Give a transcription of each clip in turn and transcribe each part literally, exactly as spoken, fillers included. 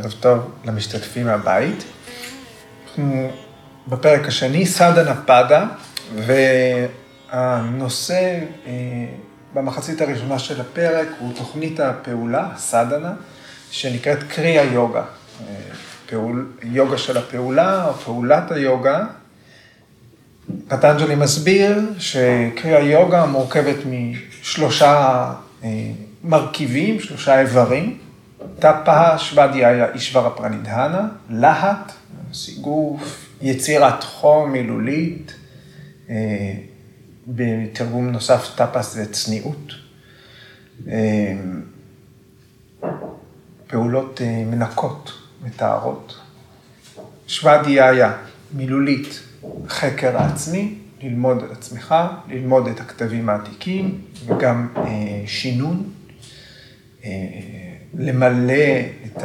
ערב טוב למשתתפים מהבית. אנחנו בפרק השני, סדנה פדה, והנושא במחצית הראשונה של הפרק הוא תוכנית הפעולה, סדנה, שנקראת קריה יוגה. פעול, יוגה של הפעולה או פעולת היוגה. פטנג'לי מסביר שקריה יוגה מורכבת משלושה מרכיבים, שלושה איברים. טפה, שוודיה, אישברה פרנידהנה, להט, סיגוף, יצירת חום מילולית, בתרגום נוסף טפס זה צניעות, פעולות מנקות, מתארות. שוודיה, מילולית, חקר העצמי, ללמוד על עצמך, ללמוד את הכתבים העתיקים, וגם שינון, למלא את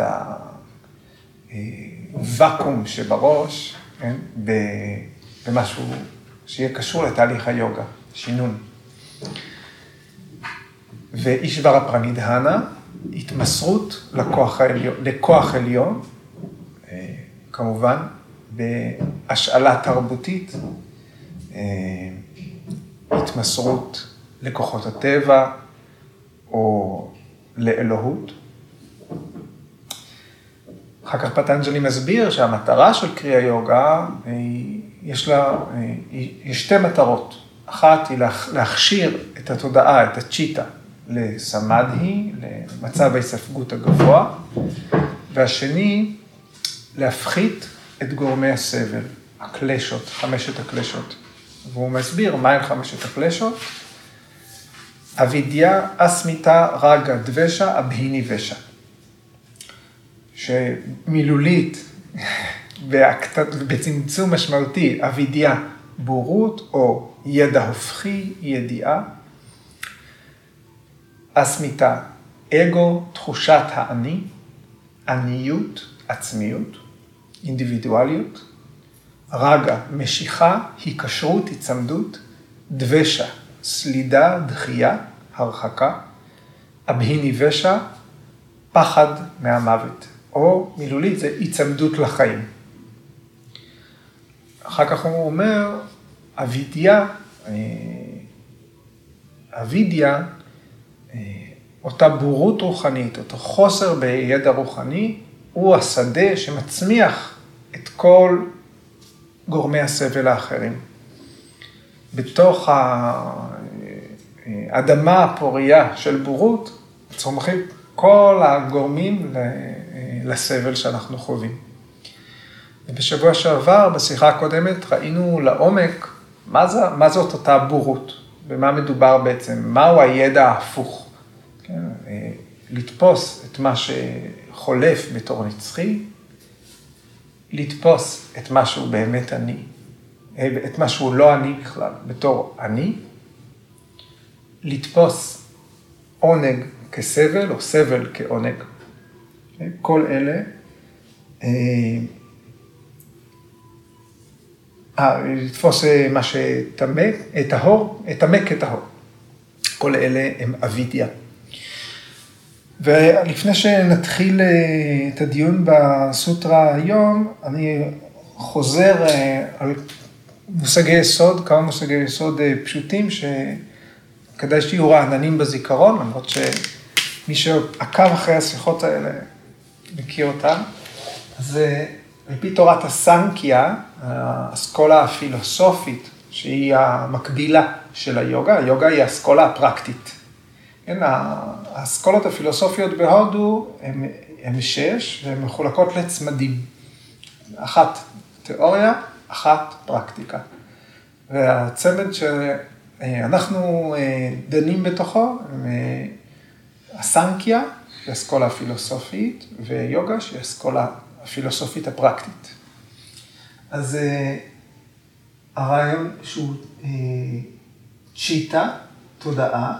הוואקום שבראש, כן? במשהו שיהיה קשור לתהליך היוגה, שינון. ואישברה פרנידהנה, התמסרות לכוח העליון, לכוח עליון, כמובן, בהשאלה תרבותית, התמסרות לכוחות הטבע, או לאלוהות. אחר כך פטנג'לי מסביר שהמטרה של קריה יוגה, יש לה, יש שתי מטרות. אחת היא להכשיר את התודעה, את הצ'יטה, לסמדהי, למצב ההיספגות הגבוה, והשני, להפחית את גורמי הסבל, הקלשות, חמשת הקלשות. והוא מסביר מהן חמשת הקלשות. אבידיה, אסמיתה, רגה, דבשה, אבהיני ושע. שמילולית, בצמצום משמעותי, אבידיה, בורות, או ידע הופכי, ידיעה. אסמיתה, אגו, תחושת האני, עניות, עצמיות, אינדיבידואליות. רגה, משיכה, היקשרות, הצמדות. דבשה, סלידה, דחייה, הרחקה. אבהיני ושע, פחד מהמוות, או מילולית זה הצמדות לחיים. אחר כך הוא אומר, אבידיה, אבידיה, אותה בורות רוחנית, אותו חוסר בידע רוחני, הוא השדה שמצמיח את כל גורמי הסבל האחרים. בתוך האדמה הפוריה של בורות, צומחים כל הגורמים לסבל שאנחנו חווים. ובשבוע שעבר, בשיחה הקודמת, ראינו לעומק מה, זה, מה זאת אותה בורות, ומה מדובר בעצם, מהו הידע ההפוך. כן? לתפוס את מה שחולף בתור נצחי, לתפוס את מה שהוא באמת אני, את מה שהוא לא אני בכלל, בתור אני, לתפוס עונג כסבל או סבל כעונג. כל אלה, אה, לתפוס מה שתמק, את ההור, תמק את ההור. כל אלה הם אבידיה. ולפני שנתחיל את הדיון בסוטרה היום, אני חוזר על מושגי יסוד, כמה מושגי יסוד פשוטים שכדאי שיהיו רעננים בזיכרון, למרות שמי שעקב אחרי השיחות האלה מכיר אותם. אז על פי תורת הסנקיה, האסכולה הפילוסופית, שהיא המקבילה של היוגה, היוגה היא האסכולה הפרקטית. כן, האסכולות הפילוסופיות בהודו הן, הן שש, והן מחולקות לצמדים. אחת תיאוריה, אחת פרקטיקה. והצמד שאנחנו דנים בתוכו, הסנקיה, שהיא האסכולה הפילוסופית, ויוגה, שהיא האסכולה הפילוסופית הפרקטית. אז הרעיון שהוא צ'יטה, תודעה,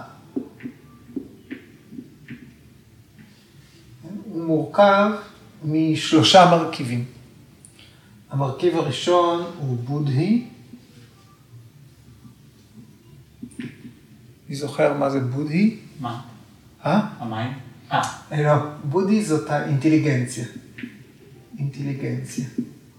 הוא מורכב משלושה מרכיבים. המרכיב הראשון הוא בודהי. אני זוכר מה זה בודהי? מה? אה? המים? אה. לא, בודהי זאת האינטליגנציה. אינטליגנציה.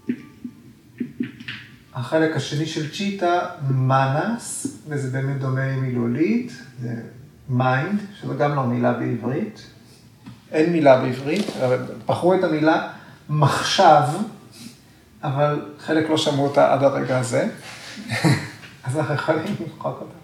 החלק השני של צ'יטה, מנס, וזה באמת דומה מילולית, זה מיינד, שזו גם לא מילה בעברית. אין מילה בעברית, בחרו את המילה מחשב, אבל חלק לא שמעו אותה עד הרגע הזה, אז אנחנו יכולים למחוק אותה.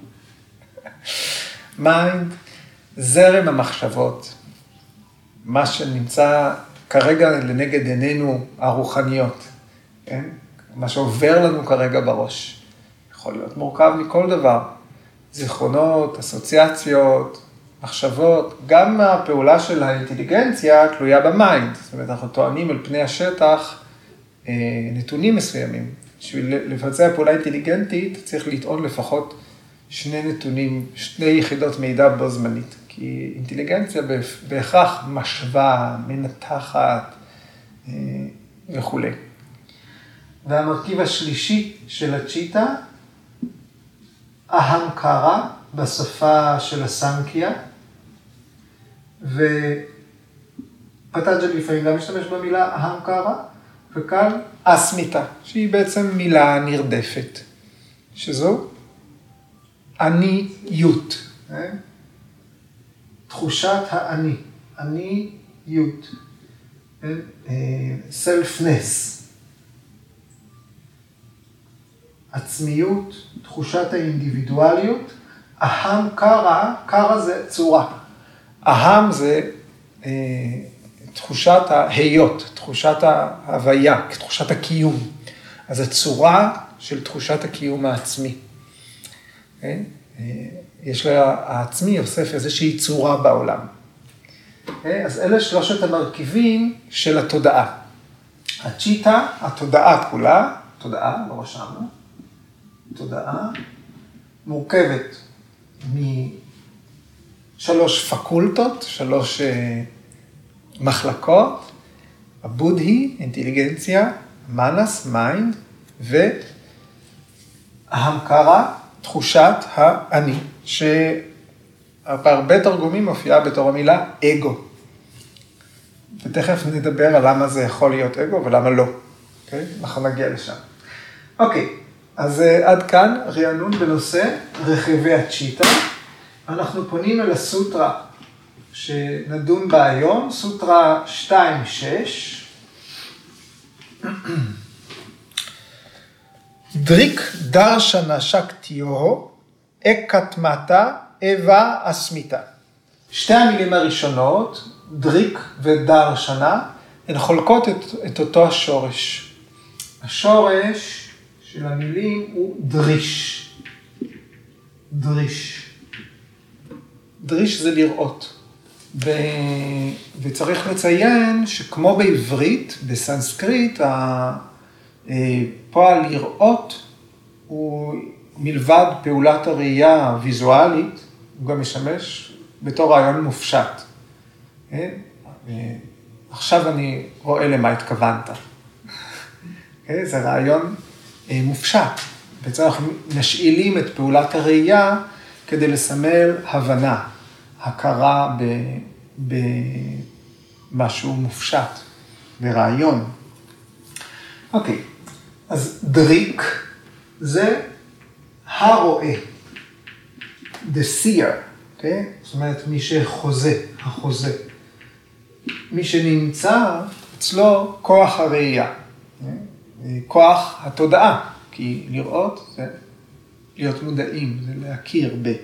מיינד, זרם המחשבות, מה שנמצא כרגע לנגד עינינו הרוחניות, כן? מה שעובר לנו כרגע בראש. יכול להיות מורכב מכל דבר, זיכרונות, אסוציאציות, מחשבות, גם הפעולה של האינטליגנציה תלויה במיינד, זאת אומרת, אנחנו טוענים על פני השטח נתונים מסוימים. בשביל לבצע פעולה אינטליגנטית צריך לטעון לפחות שני נתונים, שני יחידות מידע בו זמנית, כי אינטליגנציה בהכרח משווה, מנתחת וכו'. והמרכיב השלישי של הצ'יטה, אהמקרה בשפה של הסנקיה, ופטנג'לי לפעמים גם משתמש במילה אהמקרה, וכאן אסמיתה, שהיא בעצם מילה נרדפת, שזו עניות, תחושת האני, עניות, סלפנס, עצמיות, תחושת האינדיבידואליות, אהם קרה, קרה זה צורה, אהם זה אה, תחושת ההיות, תחושת ההוויה, תחושת הקיום, אז הצורה של תחושת הקיום העצמי. אה? יש לה, העצמי אוסף איזושהי צורה בעולם. אה? אז אלה שלושת המרכיבים של התודעה. הצ'יטה, התודעה כולה, תודעה, לא רשמנו, תודעה מורכבת משלוש פקולטות, שלוש מחלקות, הבודהי, אינטליגנציה, מנס, מיינד, וההמקרה, תחושת האני, שבהרבה תרגומים מופיעה בתור המילה אגו. ותכף נדבר על למה זה יכול להיות אגו ולמה לא. אוקיי? אנחנו נגיע לשם. אוקיי. אז עד כאן רענון בנושא רכיבי הצ'יטה. אנחנו פונים אל הסוטרה שנדון בה היום, סוטרה שתיים שש. דריק דרשנה שקטיו, אקטמתה, אבה אסמיתה. שתי המילים הראשונות, דריק ודרשנה, הן חולקות את, את אותו השורש. השורש של המילים הוא דריש. דריש. דריש זה לראות. ו... וצריך לציין שכמו בעברית, בסנסקריט, הפועל לראות הוא מלבד פעולת הראייה הוויזואלית, הוא גם משמש בתור רעיון מופשט. עכשיו אני רואה למה התכוונת. זה רעיון מופשט. בעצם אנחנו משאילים את פעולת הראייה כדי לסמל הבנה, הכרה במשהו מופשט, ברעיון. אוקיי, אז דריק זה הרואה, the seer, אוקיי? זאת אומרת מי שחוזה, החוזה. מי שנמצא אצלו כוח הראייה. כוח התודעה, כי לראות זה להיות מודעים, זה להכיר ב.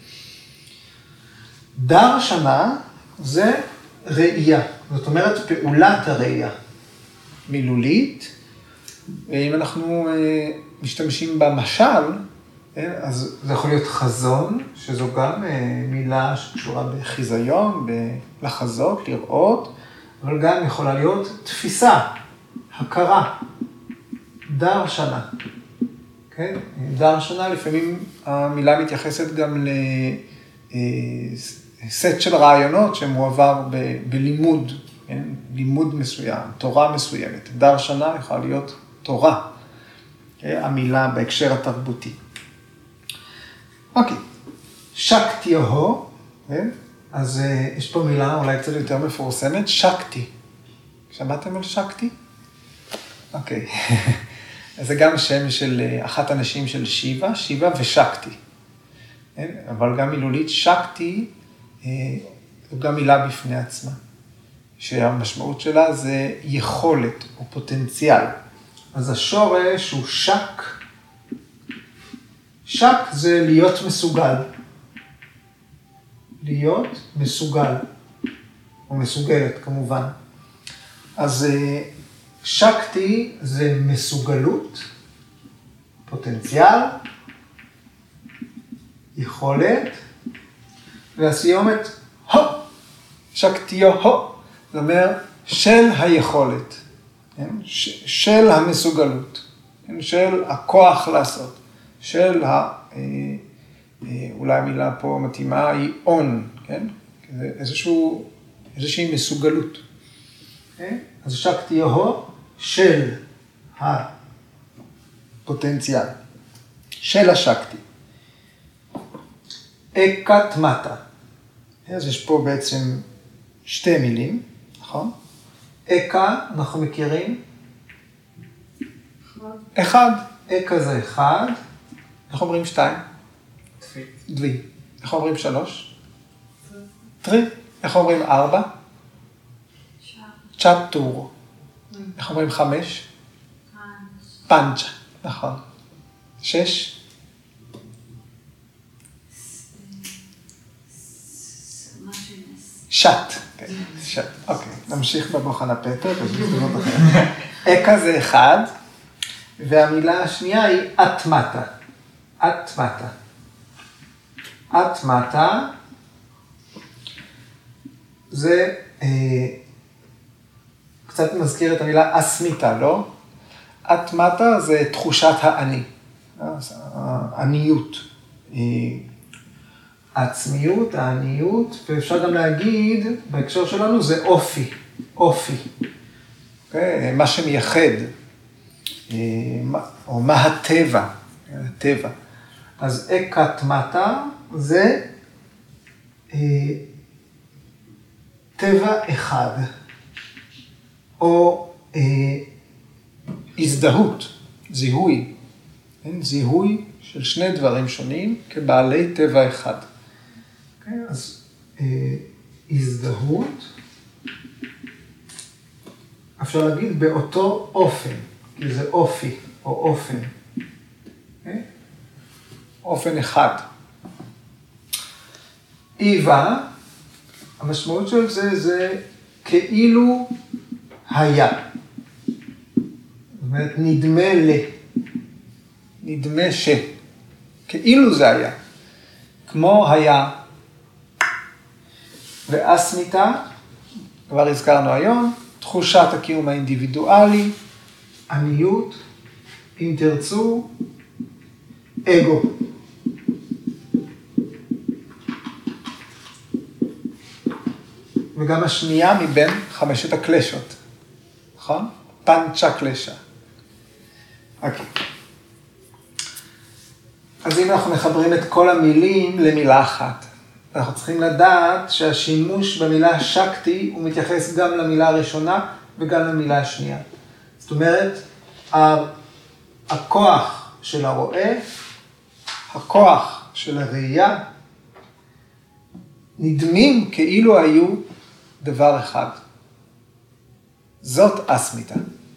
דרשנה זה ראייה, זאת אומרת פעולת הראייה, מילולית, ואם אנחנו משתמשים במשל, אז זה יכול להיות חזון, שזו גם מילה שקשורה בחיזיון, בלחזות, לראות, אבל גם יכולה להיות תפיסה, הכרה. דרשנה, כן? דרשנה, לפעמים המילה מתייחסת גם לסט של רעיונות שמועבר ב- בלימוד, כן? לימוד מסוים, תורה מסוימת. דרשנה יכולה להיות תורה, כן? המילה בהקשר התרבותי. אוקיי, שקטיו, כן? אז יש פה מילה אולי קצת יותר מפורסמת, שקטי. שמעתם על שקטי? אוקיי. אז זה גם שם של אחת הנשים של שיבה, שיבה ושקטי. אבל גם מילולית, שקטי, זו גם מילה בפני עצמה, שהמשמעות שלה זה יכולת או פוטנציאל. אז השורש הוא שק. שק זה להיות מסוגל. להיות מסוגל, או מסוגלת כמובן. אז שקטי זה מסוגלות, פוטנציאל, יכולת, והסיומת הו, שקטיו הו, זאת אומרת של היכולת, של המסוגלות, של הכוח לעשות, של ה... אולי המילה פה מתאימה היא און, כן? איזשהו, איזושהי מסוגלות. אז שקטיו הו של הפוטנציאל, של השקטי. אקת מטה. אז יש פה בעצם שתי מילים, נכון? אקה, אנחנו מכירים? אחד. אקה זה אחד. איך אומרים שתיים? דבי. דבי. איך אומרים שלוש? טרי. איך אומרים ארבע? צ'טור. איך אומרים חמש? פנצ'ה. נכון. שש? שט. שט. אוקיי. נמשיך בבוחן הפתר. אקה זה אחד. והמילה השנייה היא אטמטה. אטמטה. אטמטה זה אה, קצת מזכיר את המילה אסמיתה, לא? אטמטה זה תחושת האני, העניות, העצמיות, העניות, ואפשר גם להגיד, בהקשר שלנו זה אופי, אופי, okay? מה שמייחד, או מה הטבע, הטבע. אז אקטמטה זה אה, טבע אחד, או אה, הזדהות, זיהוי, כן? זיהוי של שני דברים שונים כבעלי טבע אחד. Okay, אז אה, הזדהות, אפשר להגיד באותו אופן, כי זה אופי או אופן. Okay? אופן אחד. איבה, המשמעות של זה זה כאילו היה. זאת אומרת, נדמה ל. נדמה ש. כאילו זה היה. כמו היה. ואסמיתה, כבר הזכרנו היום, תחושת הקיום האינדיבידואלי, עניות, אם תרצו, אגו. וגם השנייה מבין חמשת הקלשות, נכון? פנצ'ה קלשה. אוקיי. אז אם אנחנו מחברים את כל המילים למילה אחת, אנחנו צריכים לדעת שהשימוש במילה שקטי הוא מתייחס גם למילה הראשונה וגם למילה השנייה. זאת אומרת, הכוח של הרואה, הכוח של הראייה, נדמים כאילו היו דבר אחד. זאת אסמיתה.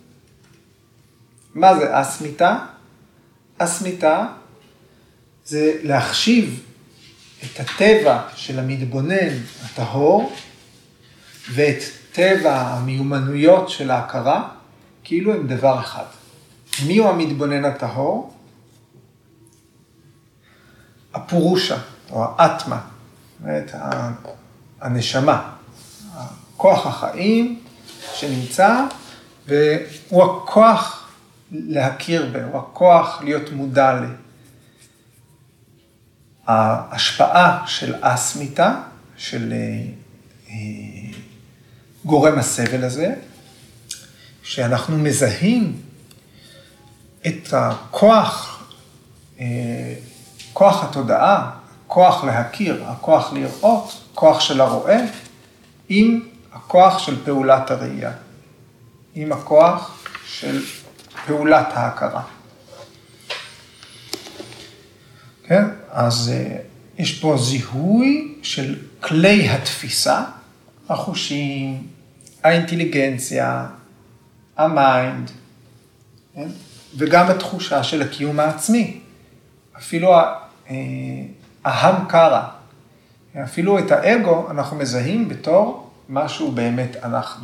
מה זה אסמיתה? אסמיתה זה להחשיב את הטבע של המתבונן הטהור ואת טבע המיומנויות של ההכרה כאילו הם דבר אחד. מי הוא המתבונן הטהור? הפורושה או האטמה, זאת הנשמה, כוח החיים שנמצא, והוא הכוח להכיר בה, הוא הכוח להיות מודע לה. ההשפעה של אסמיתה, של גורם הסבל הזה, שאנחנו מזהים את הכוח, כוח התודעה, כוח להכיר, הכוח לראות, כוח של הרואה, עם הכוח של פעולת הראייה, עם הכוח של פעולת ההכרה. כן? אז יש פה זיהוי של כלי התפיסה, החושים, האינטליגנציה, המיינד, כן? וגם התחושה של הקיום העצמי. אפילו ההמקרה, אפילו את האגו אנחנו מזהים בתור משהו באמת אנחנו.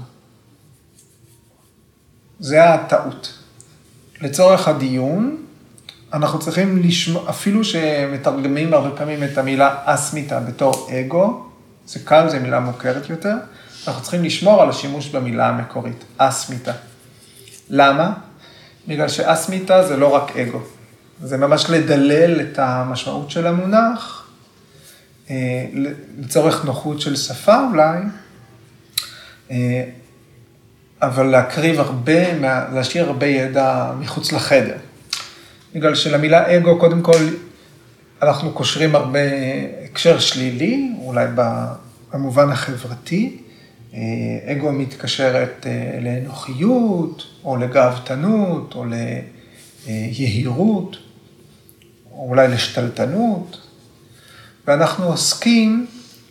זה הטעות. לצורך הדיון, אנחנו צריכים לשמוע, אפילו שמתרגמים הרבה פעמים את המילה אסמיתה בתור אגו, זה קל, זה מילה מוכרת יותר, אנחנו צריכים לשמור על השימוש במילה המקורית, אסמיתה. למה? בגלל שאסמיתה זה לא רק אגו, זה ממש לדלל את המשמעות של המונח, לצורך נוחות של שפה אולי, אבל להקריב הרבה, להשאיר הרבה ידע מחוץ לחדר. בגלל שלמילה אגו, קודם כל, אנחנו קושרים הרבה הקשר שלילי, אולי במובן החברתי. אגו מתקשרת לאנוכיות, או לגאוותנות, או ליהירות, או אולי לשתלטנות. ואנחנו עוסקים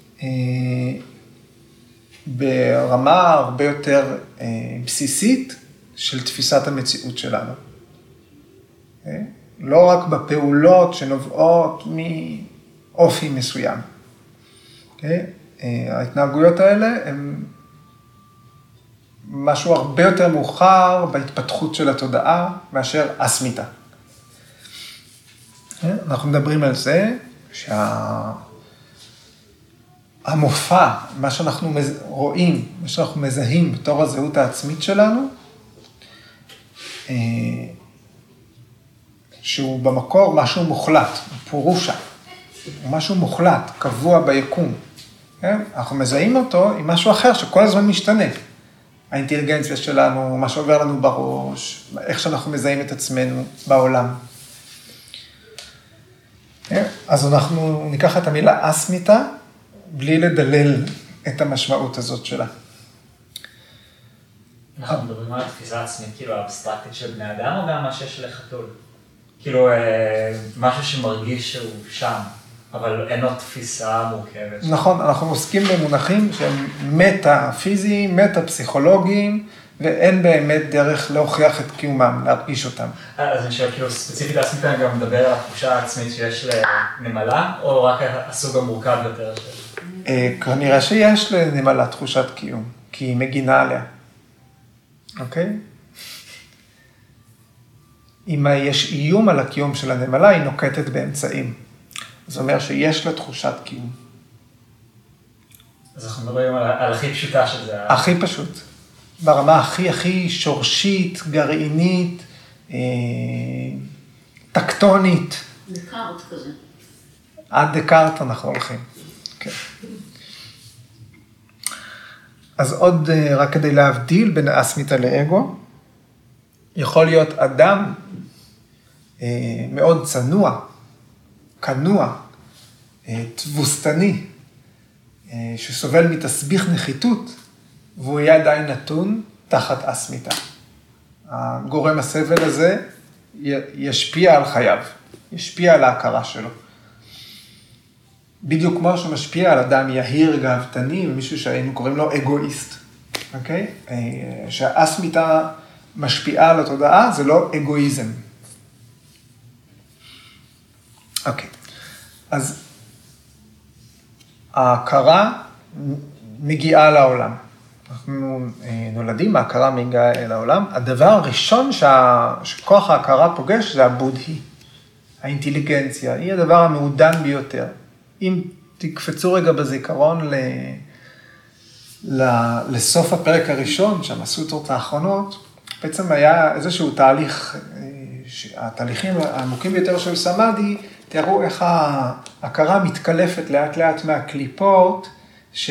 ברמה הרבה יותר בסיסית של תפיסת המציאות שלנו. לא רק בפעולות שנובעות מאופי מסוים. ההתנהגויות האלה הן משהו הרבה יותר מאוחר בהתפתחות של התודעה מאשר אסמיתה. אנחנו מדברים על זה שהמופע, מה שאנחנו רואים, מה שאנחנו מזהים בתור הזהות העצמית שלנו, שהוא במקור משהו מוחלט, פורושה, הוא משהו מוחלט, קבוע ביקום. כן? אנחנו מזהים אותו עם משהו אחר שכל הזמן משתנה. האינטליגנציה שלנו, מה שעובר לנו בראש, איך שאנחנו מזהים את עצמנו בעולם. כן? אז אנחנו ניקח את המילה אסמיתה, בלי לדלל את המשמעות הזאת שלה. אנחנו מדברים על התפיסה עצמית, כאילו האבסטרקטית של בני אדם, או גם מה שיש לחתול? כאילו, משהו שמרגיש שהוא שם, אבל אין לו תפיסה מורכבת. נכון, אנחנו עוסקים במונחים שהם מטה-פיזיים, מטה-פסיכולוגיים, ואין באמת דרך להוכיח את קיומם, להרגיש אותם. אז אני חושב, כאילו, ספציפית לעצמית, אני גם מדבר על התחושה העצמית שיש לנמלה, או רק הסוג המורכב יותר? כנראה שיש לנמלה תחושת קיום, כי היא מגינה עליה. אוקיי? אם יש איום על הקיום של הנמלה, היא נוקטת באמצעים. זאת אומרת שיש לה תחושת קיום. אז אנחנו מדברים על הכי פשוטה של זה. הכי פשוט. ברמה הכי הכי שורשית, גרעינית, טקטונית. דקארט כזה. עד דקארט אנחנו הולכים. כן. אז עוד רק כדי להבדיל בין האסמיתה לאגו, יכול להיות אדם מאוד צנוע, כנוע, תבוסתני, שסובל מתסביך נחיתות, והוא יהיה עדיין נתון תחת אסמיתה. הגורם הסבל הזה ישפיע על חייו, ישפיע על ההכרה שלו. בדיוק כמו שמשפיע על אדם יהיר גאוותני, ומישהו שהיינו קוראים לו אגואיסט. אוקיי? שהאסמיתה משפיעה על התודעה, זה לא אגואיזם. אוקיי. אז ההכרה מגיעה לעולם. אנחנו נולדים, ההכרה מגיעה אל העולם. הדבר הראשון שה... שכוח ההכרה פוגש זה הבודהי. האינטליגנציה, היא הדבר המעודן ביותר. אם תקפצו רגע בזיכרון ל... ל... לסוף הפרק הראשון, שהמסוטרות האחרונות, בעצם היה איזשהו תהליך, התהליכים העמוקים ביותר של סמאדי, תראו איך ההכרה מתקלפת לאט לאט מהקליפות ש...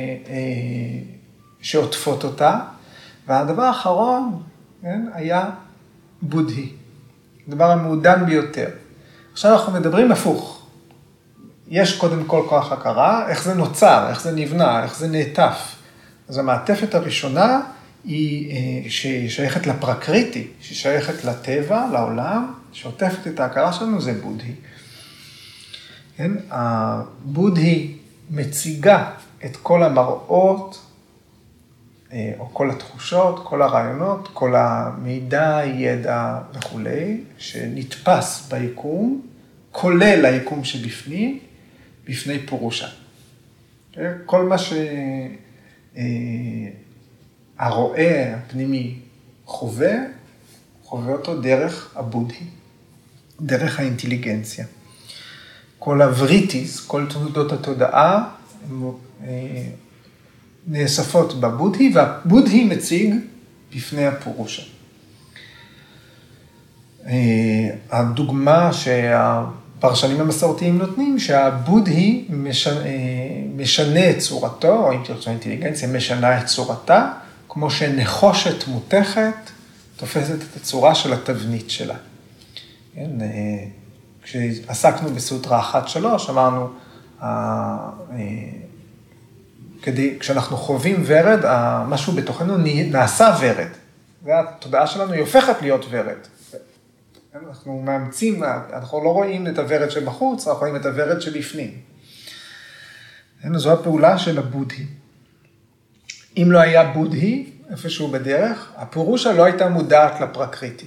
שעוטפות אותה, והדבר האחרון כן, היה בודהי, הדבר המעודן ביותר. עכשיו אנחנו מדברים הפוך. יש קודם כל כוח הכרה, איך זה נוצר, איך זה נבנה, איך זה נעטף. אז המעטפת הראשונה היא ששייכת לפרקריטי, ששייכת לטבע, לעולם, שעוטפת את ההכרה שלנו, זה בודהי. כן? הבודהי מציגה את כל המראות, או כל התחושות, כל הרעיונות, כל המידע, ידע וכולי, שנתפס ביקום, כולל היקום שבפנים, בפני פורושה. כל מה שהרואה הפנימי חווה, חווה אותו דרך הבודהי, דרך האינטליגנציה. כל הווריטיס, כל תנודות התודעה, נאספות בבודהי, והבודהי מציג בפני הפורושה. הדוגמה שהפרשנים המסורתיים נותנים, שהבודהי משנה, משנה את צורתו, או אם תרצו האינטליגנציה, משנה את צורתה, כמו שנחושת מותכת, תופסת את הצורה של התבנית שלה. כן? כשעסקנו בסוטרה אחת שלוש, אמרנו, כדי, כשאנחנו חווים ורד, משהו בתוכנו נעשה ורד. והתודעה שלנו היא הופכת להיות ורד. אנחנו מאמצים, אנחנו לא רואים את הוורד שבחוץ, אנחנו רואים את הוורד שבפנים. זו הפעולה של הבודהי. אם לא היה בודהי, איפשהו בדרך, הפורושה לא הייתה מודעת לפרקריטי.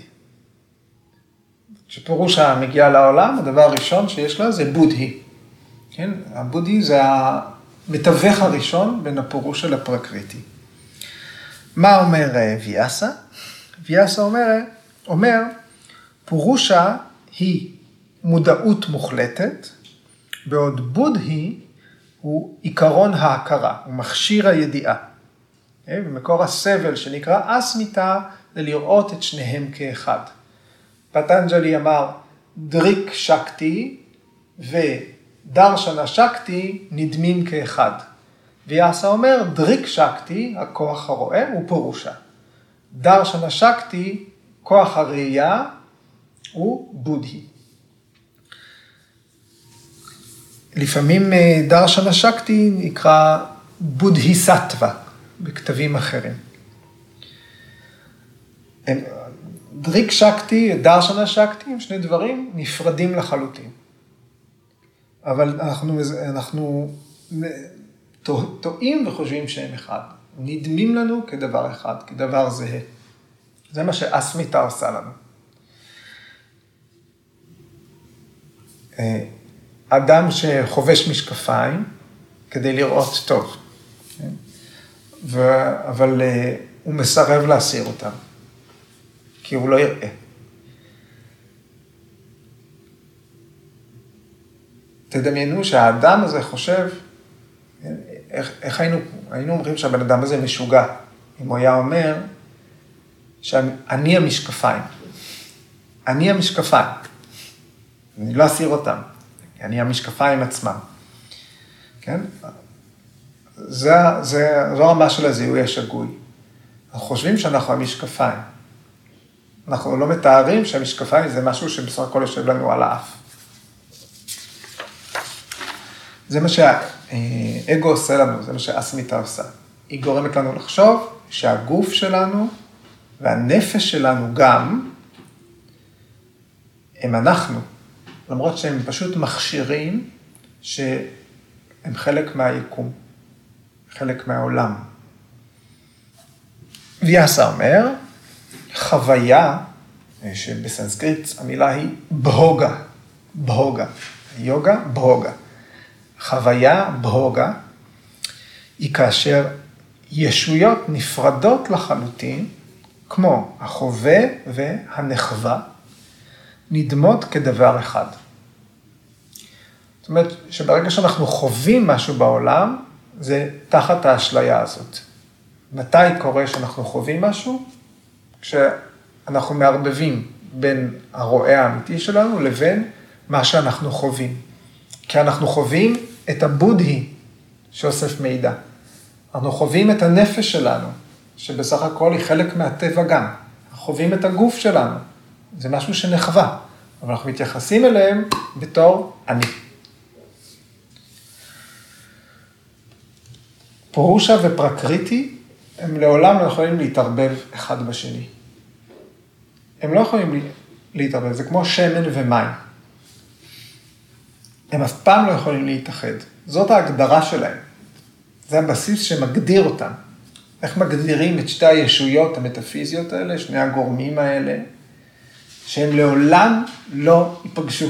כשפורושה מגיעה לעולם, הדבר הראשון שיש לה זה בודהי. כן? הבודהי זה המתווך הראשון בין הפורושה לפרקריטי. מה אומר ויאסה? ויאסה אומר, אומר, פורושה היא מודעות מוחלטת, בעוד בודהי הוא עיקרון ההכרה, הוא מכשיר הידיעה. ומקור הסבל שנקרא אסמיתה, זה לראות את שניהם כאחד. פטנג'לי אמר, דריק שקטי ודרשנה שקטי נדמים כאחד. ויאסה אומר, דריק שקטי, הכוח הרואה, הוא פורושה. דרשנה שקטי, כוח הראייה, הוא בודהי. לפעמים דרשנה שקטי נקרא בודהי סטווה, בכתבים אחרים. דריק שקטי, דרשנה שקטי, הם שני דברים נפרדים לחלוטין. אבל אנחנו, אנחנו טועים וחושבים שהם אחד. נדמים לנו כדבר אחד, כדבר זהה. זה מה שאסמיתה עושה לנו. אדם שחובש משקפיים כדי לראות טוב, ו... אבל הוא מסרב להסיר אותם, כי הוא לא יראה. תדמיינו שהאדם הזה חושב, איך, איך היינו, היינו אומרים שהבן אדם הזה משוגע, אם הוא היה אומר שאני המשקפיים, אני המשקפיים, אני לא אסיר אותם, אני המשקפיים עצמם, כן? זה, זה, זו הרמה של הזיהוי השגוי. אנחנו חושבים שאנחנו המשקפיים. אנחנו לא מתארים שהמשקפיים זה משהו שבסך הכל יושב לנו על האף. זה מה שהאגו עושה לנו, זה מה שאסמיתה עושה. היא גורמת לנו לחשוב שהגוף שלנו והנפש שלנו גם הם אנחנו. למרות שהם פשוט מכשירים שהם חלק מהיקום, חלק מהעולם. ויאסה אומר, חוויה, שבסנסקריט המילה היא בהוגה, בהוגה, יוגה, בהוגה. חוויה, בהוגה, היא כאשר ישויות נפרדות לחלוטין, כמו החווה והנחווה, נדמות כדבר אחד. זאת אומרת, שברגע שאנחנו חווים משהו בעולם, זה תחת האשליה הזאת. מתי קורה שאנחנו חווים משהו? כשאנחנו מערבבים בין הרואה האמיתי שלנו לבין מה שאנחנו חווים. כי אנחנו חווים את הבודהי שאוסף מידע. אנחנו חווים את הנפש שלנו, שבסך הכל היא חלק מהטבע גם. אנחנו חווים את הגוף שלנו. זה משהו שנחווה, אבל אנחנו מתייחסים אליהם בתור אני. פורושה ופרקריטי הם לעולם לא יכולים להתערבב אחד בשני. הם לא יכולים להתערבב, זה כמו שמן ומים. הם אף פעם לא יכולים להתאחד. זאת ההגדרה שלהם. זה הבסיס שמגדיר אותם. איך מגדירים את שתי הישויות המטאפיזיות האלה, שני הגורמים האלה, שהם לעולם לא ייפגשו.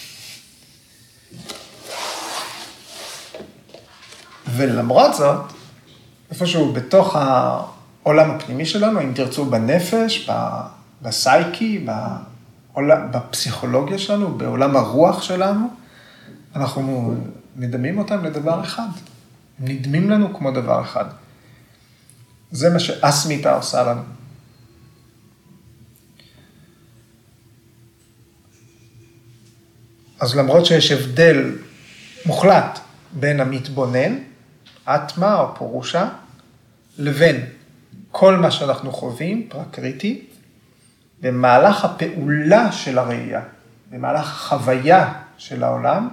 ולמרות זאת, איפשהו בתוך העולם הפנימי שלנו, אם תרצו בנפש, בסייקי, בפסיכולוגיה שלנו, בעולם הרוח שלנו, אנחנו נדמים אותם לדבר אחד. הם נדמים לנו כמו דבר אחד. זה מה שאסמיתה עושה לנו. אז למרות שיש הבדל מוחלט בין המתבונן, אטמה או פורושה, לבין כל מה שאנחנו חווים, פרקריטי, במהלך הפעולה של הראייה, במהלך החוויה של העולם,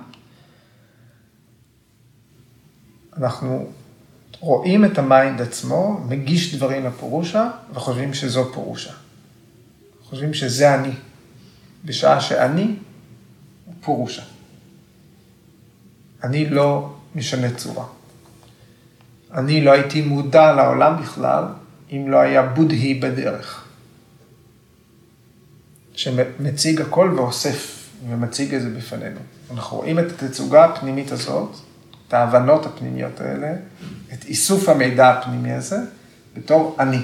אנחנו רואים את המיינד עצמו, מגיש דברים לפורושה, וחושבים שזו פורושה. חושבים שזה אני, בשעה שאני הוא פורושה. אני לא משנה צורה. אני לא הייתי מודע לעולם בכלל, אם לא היה בודהי בדרך. שמציג הכל ואוסף, ומציג את זה בפנינו. אנחנו רואים את התצוגה הפנימית הזאת, את ההבנות הפנימיות האלה, את איסוף המידע הפנימי הזה, בתור אני.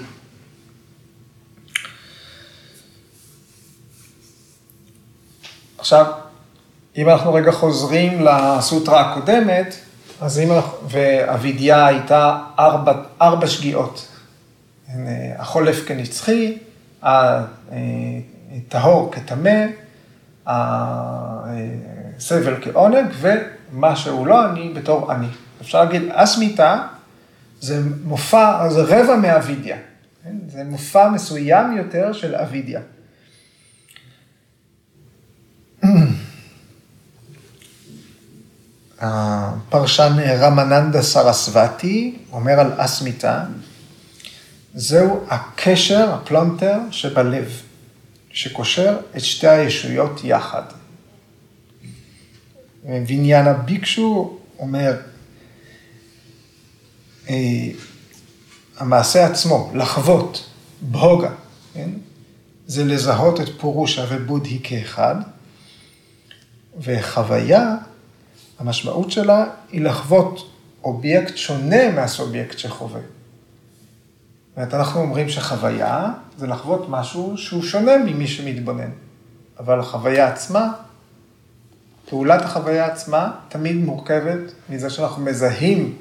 עכשיו, אם אנחנו רגע חוזרים לסוטרה הקודמת, אז אם אנחנו, והווידיה הייתה ארבע, ארבע שגיאות. החולף כנצחי, הטהור כטמא, הסבל כעונג, ומה שהוא לא אני בתור אני. אפשר להגיד, אסמיתה זה מופע, זה רבע מהווידיה. זה מופע מסוים יותר של הווידיה. הפרשן רמננדה סרסוותי אומר על אסמיתה, זהו הקשר, הפלונטר שבלב, שקושר את שתי הישויות יחד. ויניאנה ביקשו אומר, המעשה עצמו, לחוות, בהוגה, כן? זה לזהות את פורושה ובודהי כאחד, וחוויה, המשמעות שלה היא לחוות אובייקט שונה מהסובייקט שחווה. זאת אומרת, אנחנו אומרים שחוויה זה לחוות משהו שהוא שונה ממי שמתבונן. אבל החוויה עצמה, פעולת החוויה עצמה תמיד מורכבת מזה שאנחנו מזהים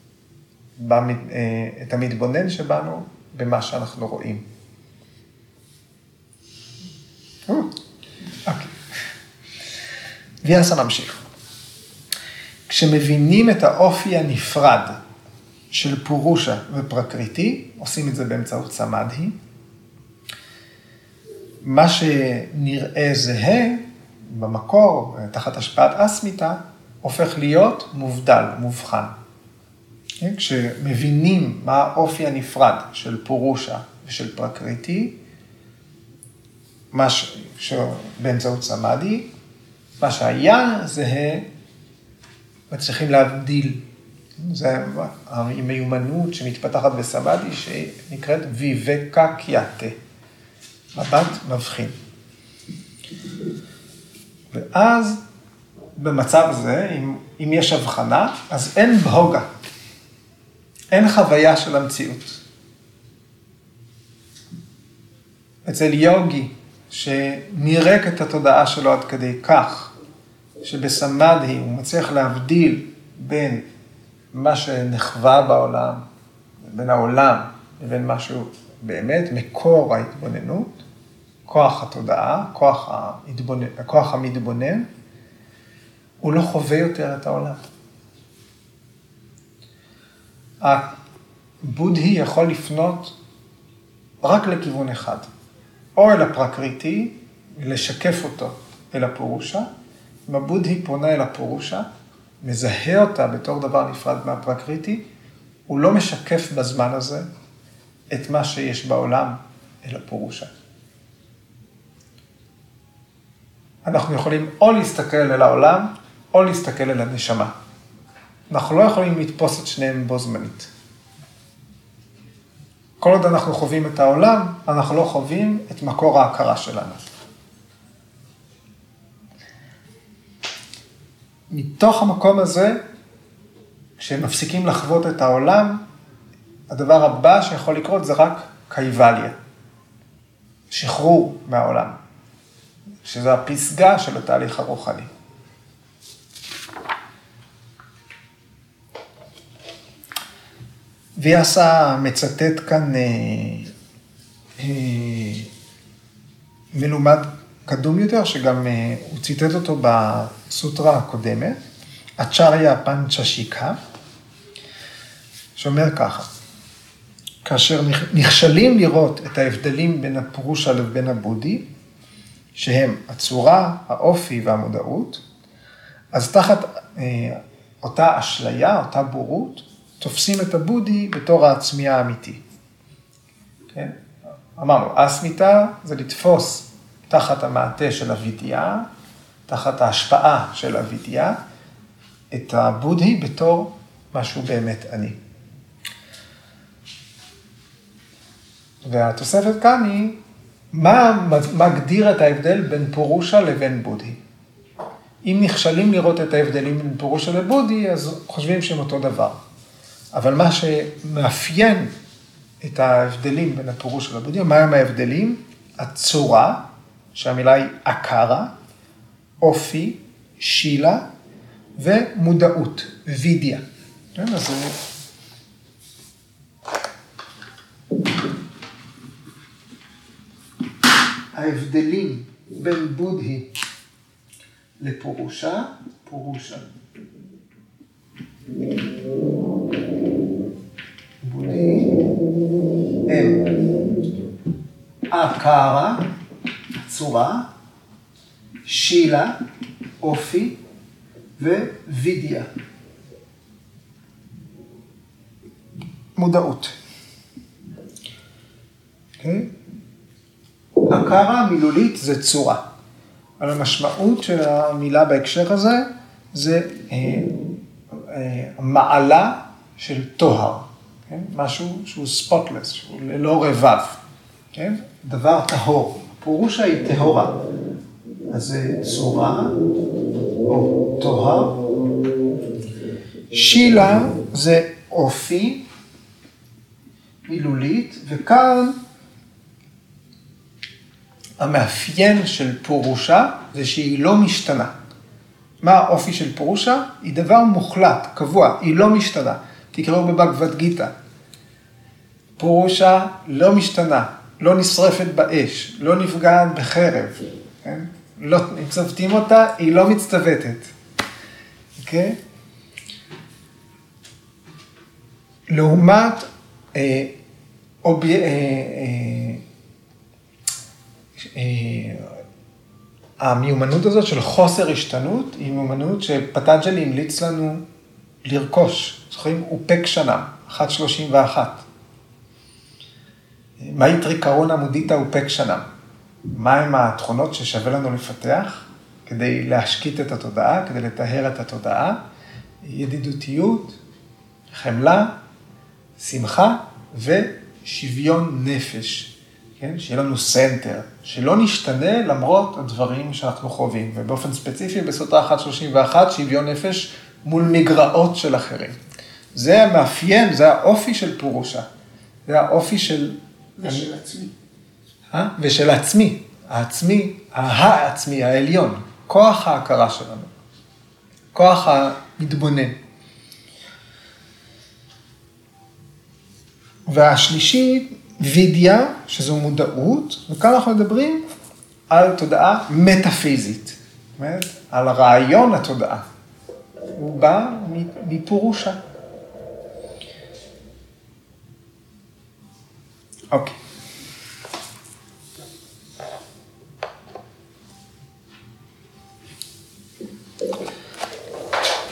את המתבונן שבנו במה שאנחנו רואים. אוקיי. ויאסה ממשיך. כשמבינים את האופי הנפרד של פורושה ופרקריטי, עושים את זה באמצעות סמדהי, מה שנראה זהה במקור, תחת השפעת אסמיתה, הופך להיות מובדל, מובחן. כשמבינים מה האופי הנפרד של פורושה ושל פרקריטי, מה שבאמצעות סמדהי, מה שהיה זהה, מצליחים להבדיל. זה המיומנות שמתפתחת בסמדהי, שנקראת ויבקה קיאטה, מבט מבחין. ואז במצב הזה, אם, אם יש הבחנה, אז אין בהוגה, אין חוויה של המציאות. אצל יוגי, שנירק את התודעה שלו עד כדי כך, שבסמדהי הוא מצליח להבדיל בין מה שנחווה בעולם, בין העולם לבין משהו באמת, מקור ההתבוננות, כוח התודעה, כוח, ההתבונן, כוח המתבונן, הוא לא חווה יותר את העולם. הבודהי יכול לפנות רק לכיוון אחד, או אל הפרקריטי, לשקף אותו אל הפורושה. אם הבודהי פונה אל הפורושה, מזהה אותה בתור דבר נפרד מהפרקריטי, הוא לא משקף בזמן הזה את מה שיש בעולם אל הפורושה. אנחנו יכולים או להסתכל אל העולם, או להסתכל אל הנשמה. אנחנו לא יכולים לתפוס את שניהם בו זמנית. כל עוד אנחנו חווים את העולם, אנחנו לא חווים את מקור ההכרה שלנו. מתוך המקום הזה, כשמפסיקים לחוות את העולם, הדבר הבא שיכול לקרות זה רק קייבליה, שחרור מהעולם, שזה הפסגה של התהליך הרוחני. ויאסה מצטט כאן אה, אה, מלומד קדום יותר, שגם אה, הוא ציטט אותו בסוטרה הקודמת, אצ'ריה פנצ'שיקה, שאומר ככה, כאשר נכשלים לראות את ההבדלים בין הפורושה לבין הבודי, שהם הצורה, האופי והמודעות, אז תחת אה, אותה אשליה, אותה בורות, תופסים את הבודי בתור העצמי האמיתי. כן? אמרנו, אסמיתה זה לתפוס תחת המעטה של הווידיה, תחת ההשפעה של הווידיה, את הבודי בתור משהו באמת אני. והתוספת כאן היא, מה מגדיר את ההבדל בין פורושה לבין בודי? אם נכשלים לראות את ההבדלים בין פורושה לבודי, אז חושבים שהם אותו דבר. אבל מה שמאפיין את ההבדלים בין הפורושה לבודי, מה הם ההבדלים? הצורה, שהמילה היא אקרה, אופי, שילה ומודעות, וידיה. כן, אז זה... ההבדלים בין בודהי לפורושה, פורושה. בודהי הם אקרה, צורה, שילה, אופי ווידיה. מודעות. אוקיי? הכרה מילולית זה צורה. אבל המשמעות של המילה בהקשר הזה, זה אה, אה, מעלה של טוהר. כן? משהו שהוא ספוטלס, שהוא ללא רבב. כן? דבר טהור. פורושה היא טהורה. אז זה צורה או טוהר. שילה זה אופי מילולית, וכאן המאפיין של פורושה זה שהיא לא משתנה. מה האופי של פורושה? היא דבר מוחלט, קבוע, היא לא משתנה. תקראו בבגבד גיטה. פורושה לא משתנה, לא נשרפת באש, לא נפגעת בחרב. כן? לא, אם צוותים אותה, היא לא מצטוותת. אוקיי? לעומת אה, אוב... אה, אה, המיומנות הזאת של חוסר השתנות, היא מיומנות שפטנג'לי המליץ לנו לרכוש. זוכרים? אופק שנה, אחת שלושים ואחת. מהי קרונה מודיטה אופק שנה? מהם התכונות ששווה לנו לפתח כדי להשקיט את התודעה, כדי לטהר את התודעה? ידידותיות, חמלה, שמחה ושוויון נפש. כן? שיהיה לנו סנטר, שלא נשתנה למרות הדברים שאנחנו חווים. ובאופן ספציפי, בסוטרה אחת שלושים ואחת, שוויון נפש מול מגרעות של אחרים. זה המאפיין, זה האופי של פורושה. זה האופי של... ושל עצמי. אה? ושל עצמי. העצמי, העצמי, העליון. כוח ההכרה שלנו. כוח המתבונן. והשלישית, וידיה, שזו מודעות, וכאן אנחנו מדברים על תודעה מטאפיזית, זאת אומרת, על רעיון התודעה. הוא בא מפורושה. אוקיי.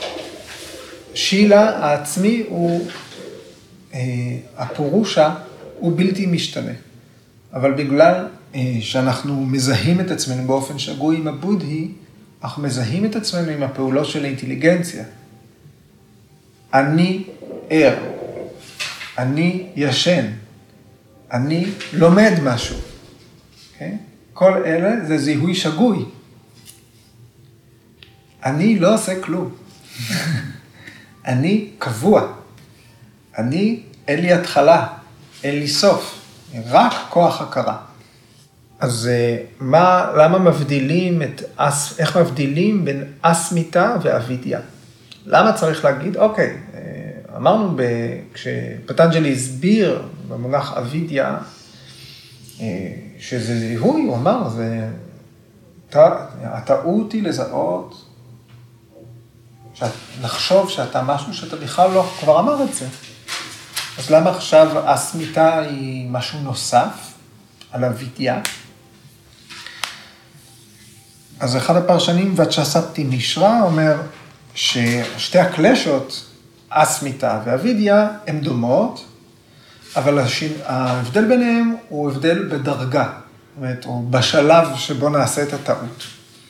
שילה העצמי הוא, אה, הפורושה, הוא בלתי משתנה. אבל בגלל שאנחנו מזהים את עצמנו באופן שגוי עם הבודהי, אנחנו מזהים את עצמנו עם הפעולות של האינטליגנציה. אני ער, אני ישן, אני לומד משהו. Okay? כל אלה זה זיהוי שגוי. אני לא עושה כלום. אני קבוע. אני, אין לי התחלה, אין לי סוף. רק כוח הכרה. אז מה, למה מבדילים את, איך מבדילים בין אסמיתה ואבידיה? למה צריך להגיד, אוקיי, אמרנו, ב, כשפטנג'לי הסביר במונח אבידיה, שזה זיהוי, הוא אמר, זה, הטעות היא לזהות, לחשוב שאתה משהו שאתה בכלל לא, כבר אמר את זה. אז למה עכשיו אסמיתה היא משהו נוסף על אבידיה? אז אחד הפרשנים, ואצ'ספטי מישרה, אומר ששתי הקלשות, אסמיתה ואבידיה, הן דומות, אבל ההבדל ביניהם הוא הבדל בדרגה, זאת אומרת, או בשלב שבו נעשה את הטעות.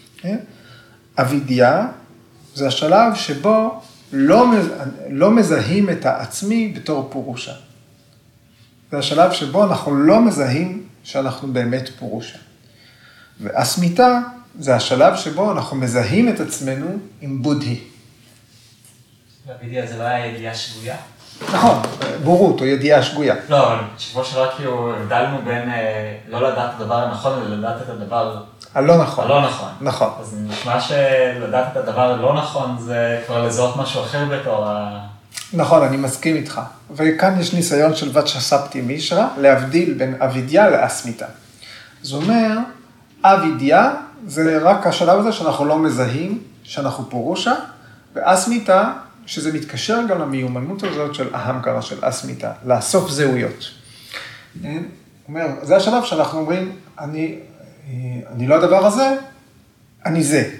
אבידיה זה השלב שבו לא, לא מזהים את העצמי בתור פורושה. זה השלב שבו אנחנו לא מזהים שאנחנו באמת פורושה. ואסמיתה זה השלב שבו אנחנו מזהים את עצמנו עם בודהי. והבידיה זה לא היה ידיעה שגויה? נכון, בורות או ידיעה שגויה. לא, אבל שבוע שעבר כאילו הבדלנו בין לא לדעת את הדבר הנכון, אלא לדעת את הדבר... הלא נכון. הלא נכון. נכון. אז נשמע שלדעת את הדבר הלא נכון זה כבר לזהות משהו אחר בתור ה... נכון, אני מסכים איתך. וכאן יש ניסיון של ואצ'ספטי מישרה להבדיל בין אבידיה לאסמיתה. זה אומר, אבידיה זה רק השלב הזה שאנחנו לא מזהים, שאנחנו פורושה, ואסמיתה, שזה מתקשר גם למיומנות הזאת של ההמקרה של אסמיתה, לאסוף זהויות. אומר, זה השלב שאנחנו אומרים, אני, אני לא הדבר הזה, אני זה.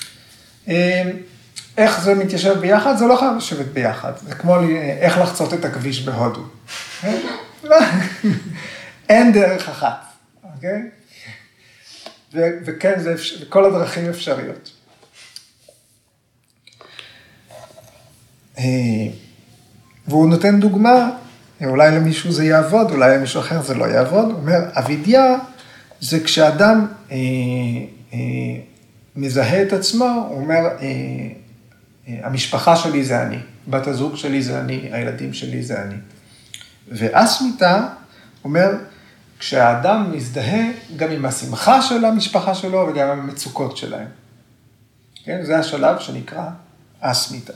איך זה מתיישב ביחד? זה לא חייב לשבת ביחד. זה כמו איך לחצות את הכביש בהודו. אין דרך אחת, אוקיי? וכן, זה, כל הדרכים אפשריות. והוא נותן דוגמה, אולי למישהו זה יעבוד, אולי למישהו אחר זה לא יעבוד. הוא אומר, אבידיה זה כשאדם אה, אה, מזהה את עצמו, הוא אומר, אה, אה, המשפחה שלי זה אני, בת הזוג שלי זה אני, הילדים שלי זה אני. ואסמיתה אומר, כשהאדם מזדהה גם עם השמחה של המשפחה שלו וגם עם המצוקות שלהם. כן? זה השלב שנקרא אסמיתה.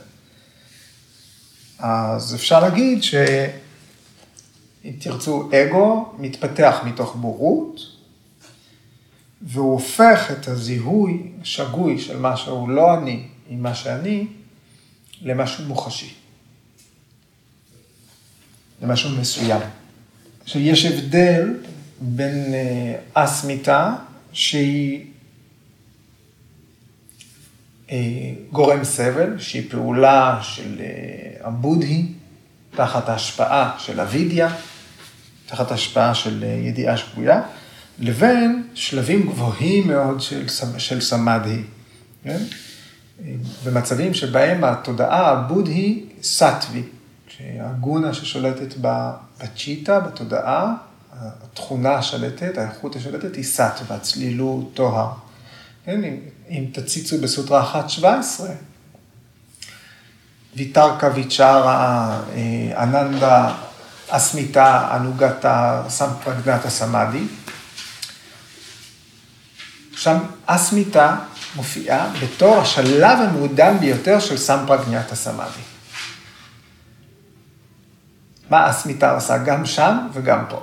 אז אפשר להגיד שאם תרצו, אגו מתפתח מתוך בורות, והוא הופך את הזיהוי השגוי של מה שהוא לא אני עם מה שאני, למשהו מוחשי. למשהו מסוים. שיש הבדל בין אסמיתה שהיא גורם סבל, שהיא פעולה של הבודהי, תחת ההשפעה של אבידיה, תחת ההשפעה של ידיעה שגויה, לבין שלבים גבוהים מאוד של, של סמאדהי. כן? במצבים שבהם התודעה הבודהי סטווי, שהגונה ששולטת בצ'יטה, בתודעה, התכונה השלטת, האיכות השלטת היא סטווה, צלילות, טוהר. כן? אם, אם תציצו בסוטרה אחת שבע עשרה, ויתרקה, ויצ'רה, אננדה, אסמיתה, אנוגתה, סמפרגנתה, סמאדי, שם אסמיתה מופיעה בתור השלב המעודן ביותר של סמפרגנתה, סמאדי. מה אסמיתה עושה גם שם וגם פה?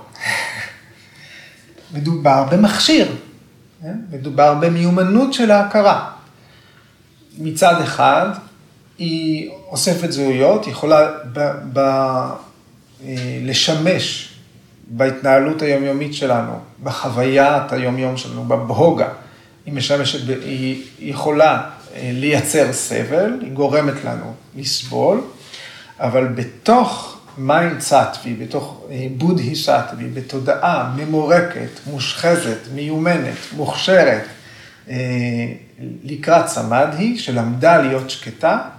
מדובר במכשיר, מדובר במיומנות של ההכרה. מצד אחד, היא אוספת זהויות, היא יכולה ב, ב, לשמש בהתנהלות היומיומית שלנו, בחוויית היומיום שלנו, בבהוגה. היא משמשת, היא יכולה לייצר סבל, היא גורמת לנו לסבול, אבל בתוך מיינד סאטווי, בתוך בודהי סאטווי, בתודעה ממורקת, מושחזת, מיומנת, מוכשרת, לקראת סמאדהי, שלמדה להיות שקטה,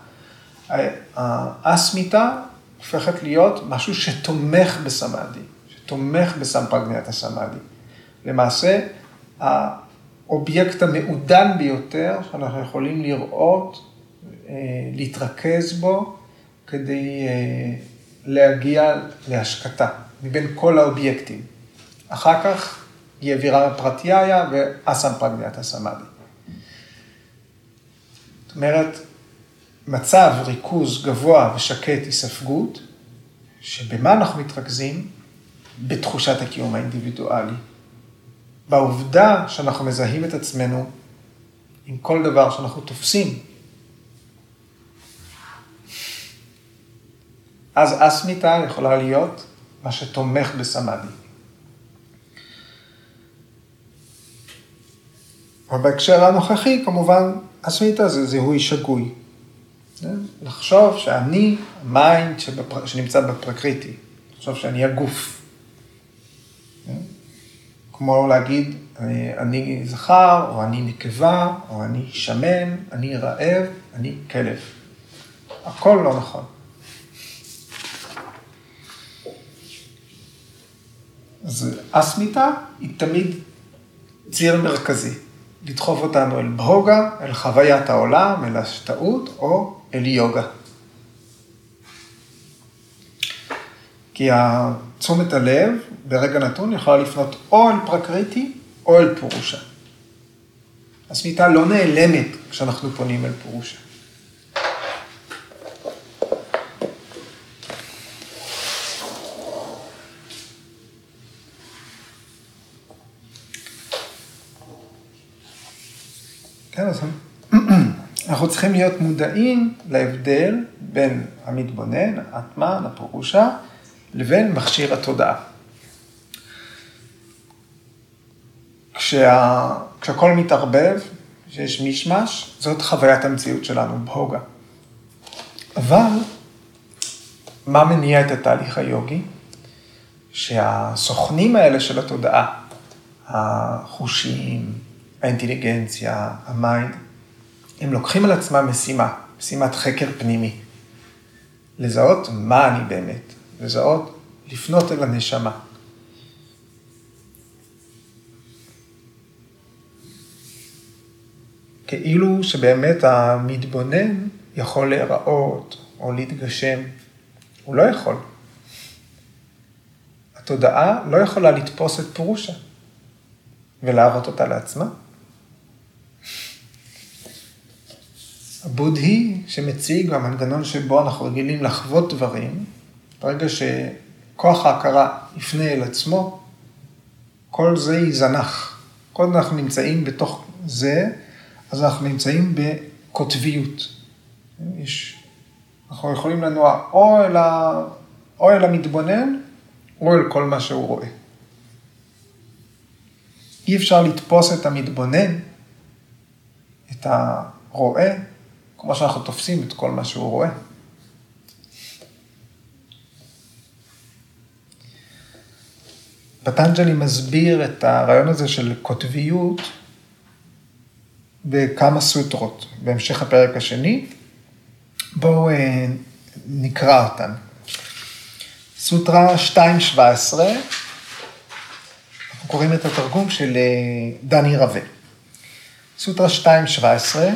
האסמיתה הופכת להיות משהו שתומך בסמאדהי, שתומך בסמפרגניית הסמאדהי. למעשה, האובייקט המעודן ביותר שאנחנו יכולים לראות, להתרכז בו, כדי להגיע להשקטה, מבין כל האובייקטים. אחר כך היא אווירה פרטיהיה ואסמפרגניית הסמאדהי. זאת אומרת, מצב ריכוז גבוה ושקט היספגות, שבמה אנחנו מתרכזים? בתחושת הקיום האינדיבידואלי. בעובדה שאנחנו מזהים את עצמנו עם כל דבר שאנחנו תופסים. אז אסמיתה יכולה להיות מה שתומך בסמאדהי. אבל בהקשר הנוכחי, כמובן, אסמיתה זה זיהוי שגוי. לחשוב שאני המיינד שנמצא בפרקריטי. לחשוב שאני הגוף. כמו להגיד, אני זכר, או אני נקבה, או אני שמן, אני רעב, אני כלב. הכל לא נכון. אז אסמיתה היא תמיד ציר מרכזי. לדחוף אותנו אל בהוגה, אל חוויית העולם, אל השתאות, או אל יוגה. כי תשומת הלב, ברגע נתון, יכולה לפנות או אל פרקריטי, או אל פורושה. אסמיתה לא נעלמת כשאנחנו פונים אל פורושה. כן, אז אנחנו צריכים להיות מודעים להבדל בין המתבונן, האטמן, הפורושה, לבין מכשיר התודעה. כשה, כשהכל מתערבב, שיש מישמש, זאת חוויית המציאות שלנו, בהוגה. אבל, מה מניע את התהליך היוגי? שהסוכנים האלה של התודעה, החושים, האינטליגנציה, המיינד, הם לוקחים על עצמם משימה, משימת חקר פנימי. לזהות מה אני באמת, לזהות, לפנות אל הנשמה. כאילו שבאמת המתבונן יכול להיראות או להתגשם. הוא לא יכול. התודעה לא יכולה לתפוס את פורושה ולהראות אותה לעצמה. הבודהי שמציג המנגנון שבו אנחנו רגילים לחוות דברים, ברגע שכוח ההכרה יפנה אל עצמו, כל זה יזנח. כל אנחנו נמצאים בתוך זה, אז אנחנו נמצאים בקוטביות. יש, אנחנו יכולים לנוע או אל, ה, או אל המתבונן, או אל כל מה שהוא רואה. אי אפשר לתפוס את המתבונן, את הרואה, כמו שאנחנו תופסים את כל מה שהוא רואה. פטנג'לי מסביר את הרעיון הזה של קוטביות בכמה סוטרות. בהמשך הפרק השני, בואו נקרא אותן. סוטרה שתיים שבע עשרה, אנחנו קוראים את התרגום של דני רווה. סוטרה שתיים שבע עשרה,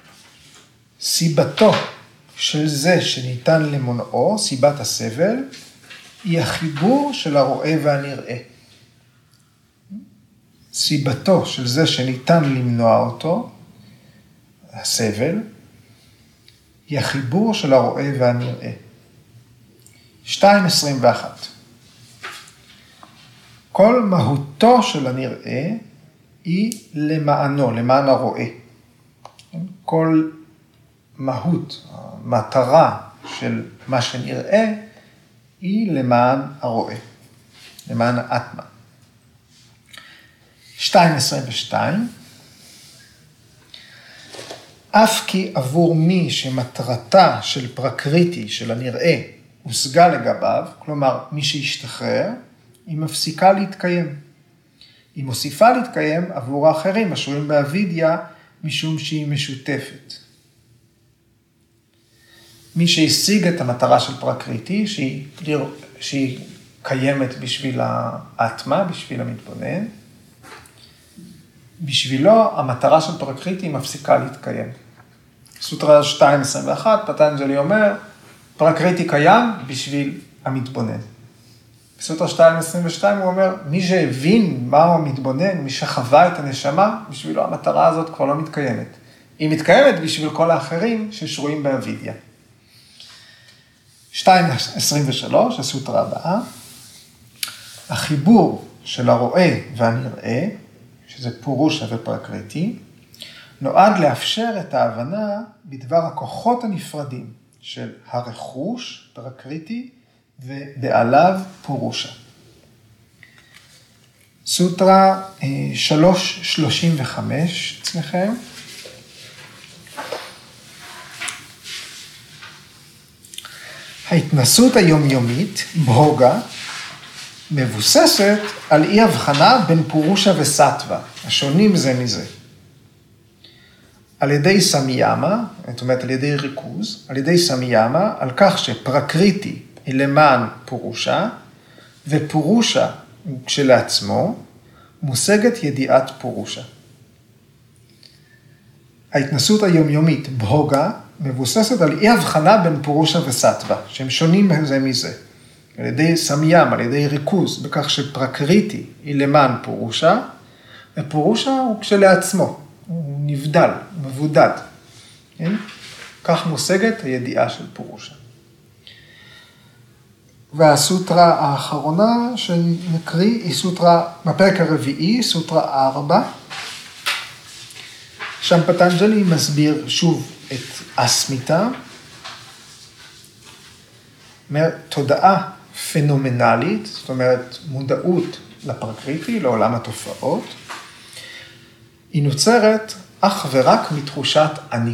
סיבתו של זה שניתן למונעו, סיבת הסבל, היא החיבור של הרואה והנראה. סיבתו של זה שניתן למנוע אותו, הסבל, היא החיבור של הרואה והנראה. שתיים עשרים ואחת. כל מהותו של הנראה היא למענו, למען הרואה. כל מהות, המטרה של מה שנראה, היא למען הרואה, למען האטמה. שתיים עשרים ושתיים. אף כי עבור מי שמטרתה של פרקריטי, של הנראה, הושגה לגביו, כלומר, מי שהשתחרר, היא מפסיקה להתקיים. היא מוסיפה להתקיים עבור האחרים, השרויים באבידיה, משום שהיא משותפת. מי שהשיג את המטרה של פרקריטי, שהיא, שהיא קיימת בשביל האטמה, בשביל המתבונן, בשבילו המטרה של פרקריטי היא מפסיקה להתקיים. סוטרה שתיים עשרים ואחת, פטנג'לי אומר, פרקריטי קיים בשביל המתבונן. בסוטרה שתיים עשרים ושתיים הוא אומר, מי שהבין מהו המתבונן, מי שחווה את הנשמה, בשבילו המטרה הזאת כבר לא מתקיימת. היא מתקיימת בשביל כל האחרים ששרויים באבידיה. שתיים עשרים ושלוש, הסוטרה הבאה, החיבור של הרואה והנראה, שזה פורושה ופרקריטי, נועד לאפשר את ההבנה בדבר הכוחות הנפרדים של הרכוש, פרקריטי, ובעליו פורושה. סוטרה שלוש שלושים וחמש אצלכם. ההתנסות היומיומית, בהוגה, מבוססת על אי הבחנה בין פורושה וסטווה, השונים זה מזה. על ידי סמיאמה, זאת אומרת על ידי ריכוז, על ידי סמיאמה, על כך שפרקריטי היא למען פורושה, ופורושה כשלעצמו מושגת ידיעת פורושה. ההתנסות היומיומית בהוגה מבוססת על אי הבחנה בין פורושה וסטווה, שהם שונים זה מזה. על ידי סמיאמה, על ידי ריכוז, בכך שפרקריטי היא למען פורושה, ופורושה הוא כשלעצמו, הוא נבדל, מבודד. כן? כך מושגת הידיעה של פורושה. והסוטרה האחרונה שנקריא היא סוטרה, בפרק הרביעי, סוטרה ארבע. שם פטנג'לי מסביר שוב את אסמיתה, תודעה פנומנלית, זאת אומרת מודעות לפרקריטי, לעולם התופעות, היא נוצרת אך ורק מתחושת אני.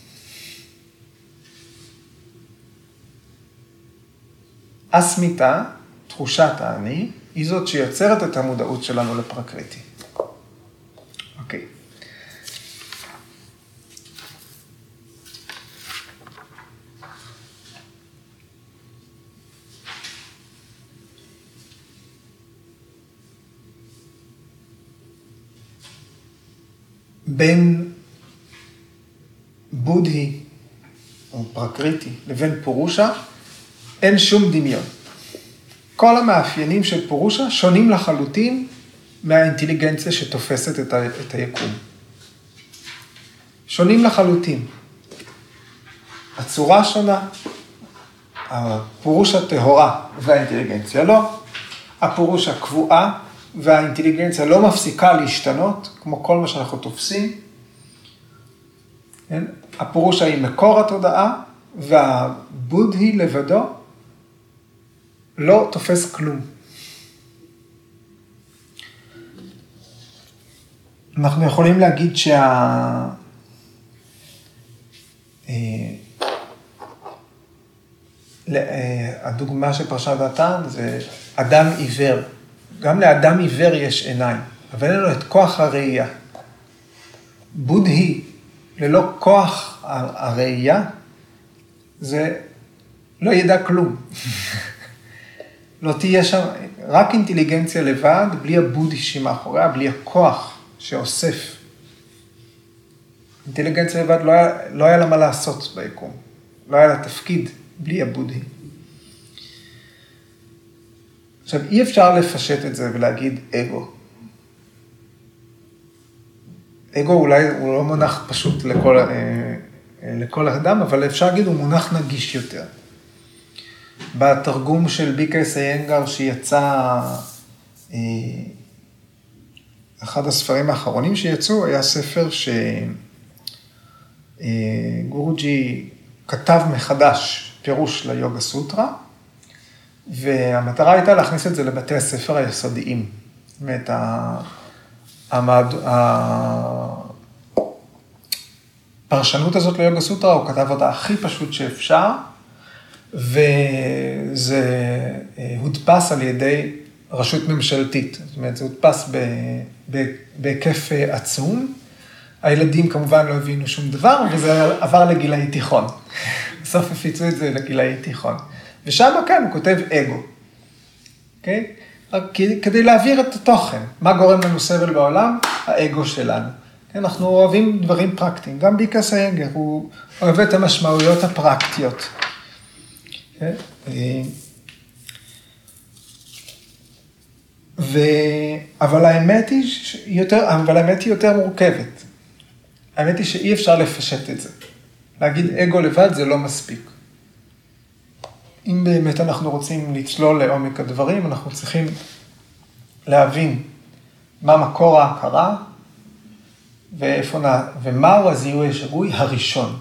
אסמיתה, תחושת האני, היא זאת שיוצרת את המודעות שלנו לפרקריטי. אוקיי. בין בודהי או פרקריטי לבין פורושה, אין שום דמיון. כל המאפיינים של פורושה שונים לחלוטין מהאינטליגנציה שתופסת את, ה- את היקום. שונים לחלוטין. הצורה שונה, הפורושה טהורה והאינטליגנציה לא, הפורושה קבועה והאינטליגנציה לא מפסיקה להשתנות, כמו כל מה שאנחנו תופסים. כן? הפורושה היא מקור התודעה, והבודהי לבדו לא תופס כלום. אנחנו יכולים להגיד שה... הדוגמה של פרשת דתן זה אדם עיוור. גם לאדם עיוור יש עיניים, אבל אין לו את כוח הראייה. בודהי, ללא כוח הראייה, זה לא ידע כלום. לא תהיה שם, רק אינטליגנציה לבד, בלי הבודהי שמאחוריה, בלי הכוח שאוסף. אינטליגנציה לבד לא היה, לא היה לה מה לעשות ביקום. לא היה לה תפקיד בלי הבודהי. עכשיו, אי אפשר לפשט את זה ולהגיד אגו. אגו אולי הוא לא מונח פשוט לכל, לכל אדם, אבל אפשר להגיד הוא מונח נגיש יותר. בתרגום של ביקס איינגר שיצא, אחד הספרים האחרונים שיצאו, היה ספר שגורוג'י כתב מחדש פירוש ליוגה סוטרה, והמטרה הייתה להכניס את זה לבתי הספר היסודיים. זאת אומרת, הפרשנות הזאת ליוגה סוטרה, הוא כתב אותה הכי פשוט שאפשר, וזה הודפס על ידי רשות ממשלתית. זאת אומרת, זה הודפס ב, ב, בהיקף עצום. הילדים כמובן לא הבינו שום דבר, וזה עבר לגילאי תיכון. בסוף הפיצו את זה לגילאי תיכון. ושם כאן הוא כותב אגו. אוקיי? כדי להעביר את התוכן. מה גורם לנו סבל בעולם? האגו שלנו. אנחנו אוהבים דברים פרקטיים. גם ביקס איינגר, הוא אוהב את המשמעויות הפרקטיות. ו... אבל האמת היא יותר, אבל האמת היא יותר מורכבת. האמת היא שאי אפשר לפשט את זה. להגיד אגו לבד זה לא מספיק. אם באמת אנחנו רוצים לצלול לעומק הדברים, אנחנו צריכים להבין מה מקור ההכרה, ואיפה נע... ומהו הזיהוי השגוי הראשון.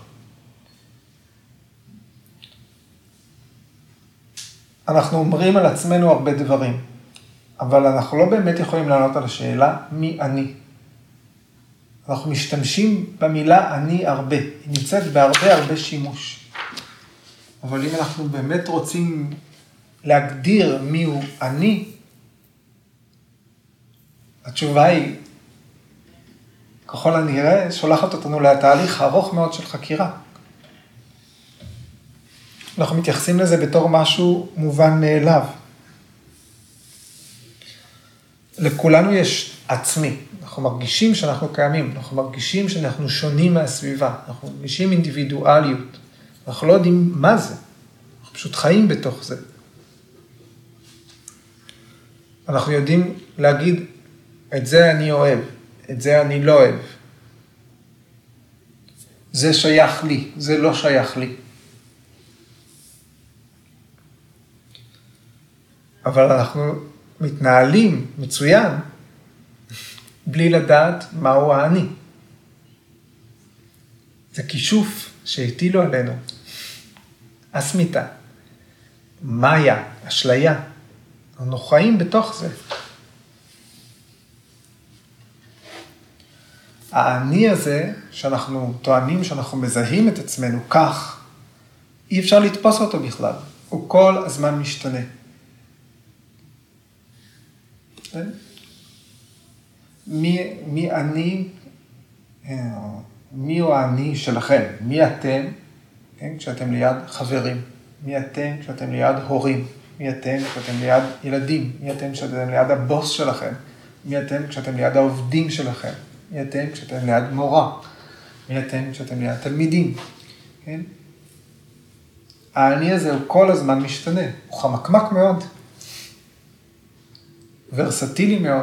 אנחנו אומרים על עצמנו הרבה דברים, אבל אנחנו לא באמת יכולים לענות על השאלה מי אני. אנחנו משתמשים במילה אני הרבה, היא נמצאת בהרבה הרבה שימוש. אבל אם אנחנו באמת רוצים להגדיר מיהו אני, התשובה היא, ככל הנראה, שולחת אותנו לתהליך ארוך מאוד של חקירה. אנחנו מתייחסים לזה בתור משהו מובן מאליו. לכולנו יש עצמי. אנחנו מרגישים שאנחנו קיימים, אנחנו מרגישים שאנחנו שונים מהסביבה, אנחנו מרגישים אינדיבידואליות. אנחנו לא יודעים מה זה, אנחנו פשוט חיים בתוך זה. אנחנו יודעים להגיד, את זה אני אוהב, את זה אני לא אוהב. זה שייך לי, זה לא שייך לי. אבל אנחנו מתנהלים מצוין, בלי לדעת מהו האני. זה כישוף שהטילו עלינו. אסמיתה, מאיה, אשליה. אנחנו חיים בתוך זה. האני הזה, שאנחנו טוענים שאנחנו מזהים את עצמנו כך, אי אפשר לתפוס אותו בכלל. הוא כל הזמן משתנה. מי, מי אני, מי הוא האני שלכם? מי אתם, כן? כשאתם ליד חברים? מי אתם כשאתם ליד הורים? מי אתם כשאתם ליד ילדים? מי אתם כשאתם ליד הבוס שלכם? מי אתם כשאתם ליד העובדים שלכם? מי אתם כשאתם ליד מורה? מי אתם כשאתם ליד תלמידים? כן? האני הזה הוא כל הזמן משתנה, הוא חמקמק מאוד, ורסטילי מאוד.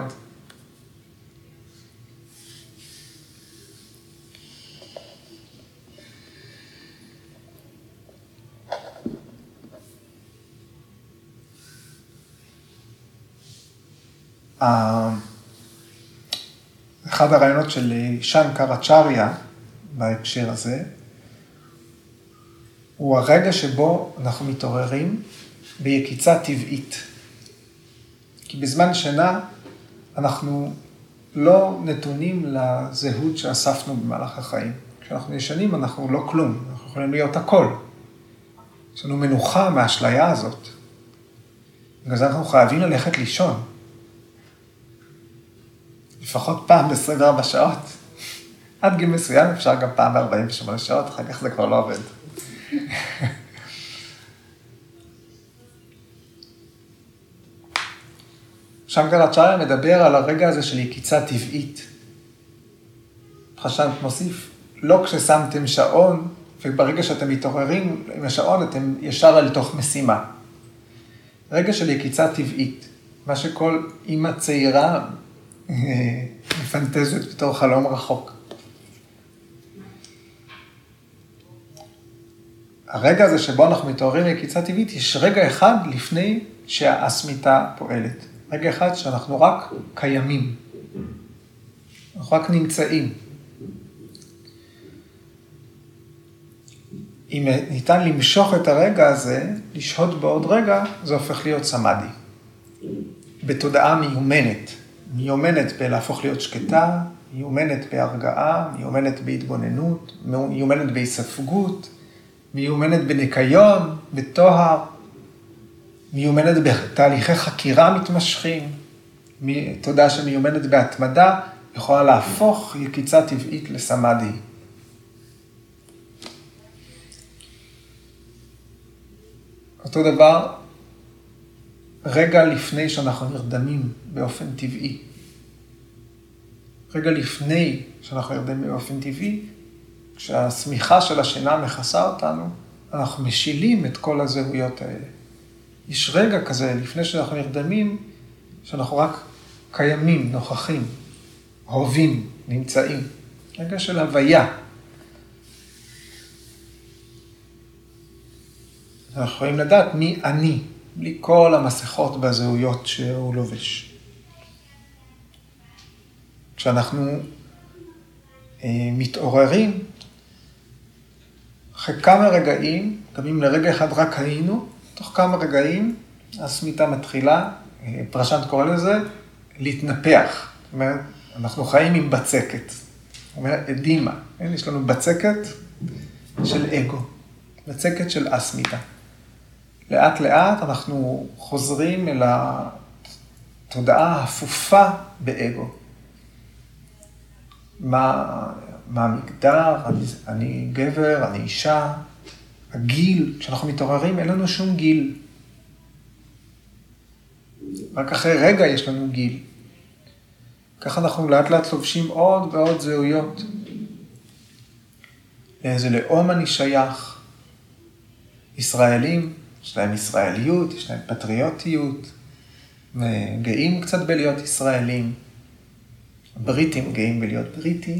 אחד הרעיונות של שנקראצ'ריה בהקשר הזה, הוא הרגע שבו אנחנו מתעוררים ביקיצה טבעית. כי בזמן שינה אנחנו לא נתונים לזהות שאספנו במהלך החיים. כשאנחנו ישנים אנחנו לא כלום, אנחנו יכולים להיות הכל. יש לנו מנוחה מהאשליה הזאת. בגלל זה אנחנו חייבים ללכת לישון. לפחות פעם ב-עשרים וארבע שעות. עד גיל מסוים אפשר גם פעם ב-ארבעים ושמונה שעות, אחר כך זה כבר לא עובד. שנקראצ'ריה מדבר על הרגע הזה של יקיצה טבעית. חשבת מוסיף, לא כששמתם שעון, וברגע שאתם מתעוררים עם השעון, אתם ישר אל תוך משימה. רגע של יקיצה טבעית, מה שכל אימא צעירה מפנטזת בתור חלום רחוק. הרגע הזה שבו אנחנו מתעוררים ליקיצה טבעית, יש רגע אחד לפני שהאסמיתה פועלת. רגע אחד שאנחנו רק קיימים. אנחנו רק נמצאים. אם ניתן למשוך את הרגע הזה, לשהות בעוד רגע, זה הופך להיות סמאדי. בתודעה מיומנת. מיומנת בלהפוך להיות שקטה, מיומנת בהרגעה, מיומנת בהתבוננות, מיומנת בהיספגות, מיומנת בניקיון, בתואר, מיומנת בתהליכי חקירה מתמשכים, תודעה שמיומנת בהתמדה, יכולה להפוך יקיצה טבעית לסמאדי. אותו דבר, רגע לפני שאנחנו נרדמים באופן טבעי. רגע לפני שאנחנו נרדמים באופן טבעי, כשהסמיכה של השינה מכסה אותנו, אנחנו משילים את כל הזהויות האלה. יש רגע כזה, לפני שאנחנו נרדמים, שאנחנו רק קיימים, נוכחים, אוהבים, נמצאים. רגע של הוויה. אנחנו יכולים לדעת מי אני, בלי כל המסכות והזהויות שהוא לובש. כשאנחנו אה, מתעוררים, אחרי כמה רגעים, גם אם לרגע אחד רק היינו, תוך כמה רגעים, הסמיתה מתחילה, אה, פרשנט קורא לזה, להתנפח. זאת אומרת, אנחנו חיים עם בצקת. זאת אומרת, אדימה. יש לנו בצקת של אגו, בצקת של אסמיתה. לאט לאט אנחנו חוזרים אל התודעה ההפופה באגו. מה, מה המגדר, אני, אני גבר, אני אישה, הגיל, כשאנחנו מתעוררים אין לנו שום גיל. רק אחרי רגע יש לנו גיל. ככה אנחנו לאט לאט לובשים עוד ועוד זהויות. לאיזה לאום אני שייך. ישראלים, יש להם ישראליות, יש להם פטריוטיות, גאים קצת בלהיות ישראלים. הבריטים גאים בלהיות בריטים,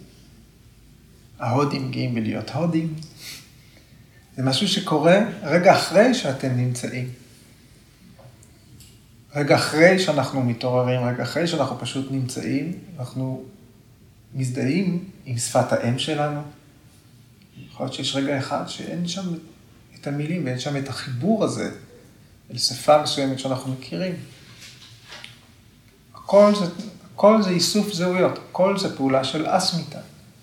ההודים גאים בלהיות הודים. זה משהו שקורה רגע אחרי שאתם נמצאים. רגע אחרי שאנחנו מתעוררים, רגע אחרי שאנחנו פשוט נמצאים, אנחנו מזדהים עם שפת האם שלנו. יכול להיות שיש רגע אחד שאין שם את המילים ואין שם את החיבור הזה אל שפה מסוימת שאנחנו מכירים. הכל זה, הכל זה איסוף זהויות, הכל זה פעולה של אסמיתה.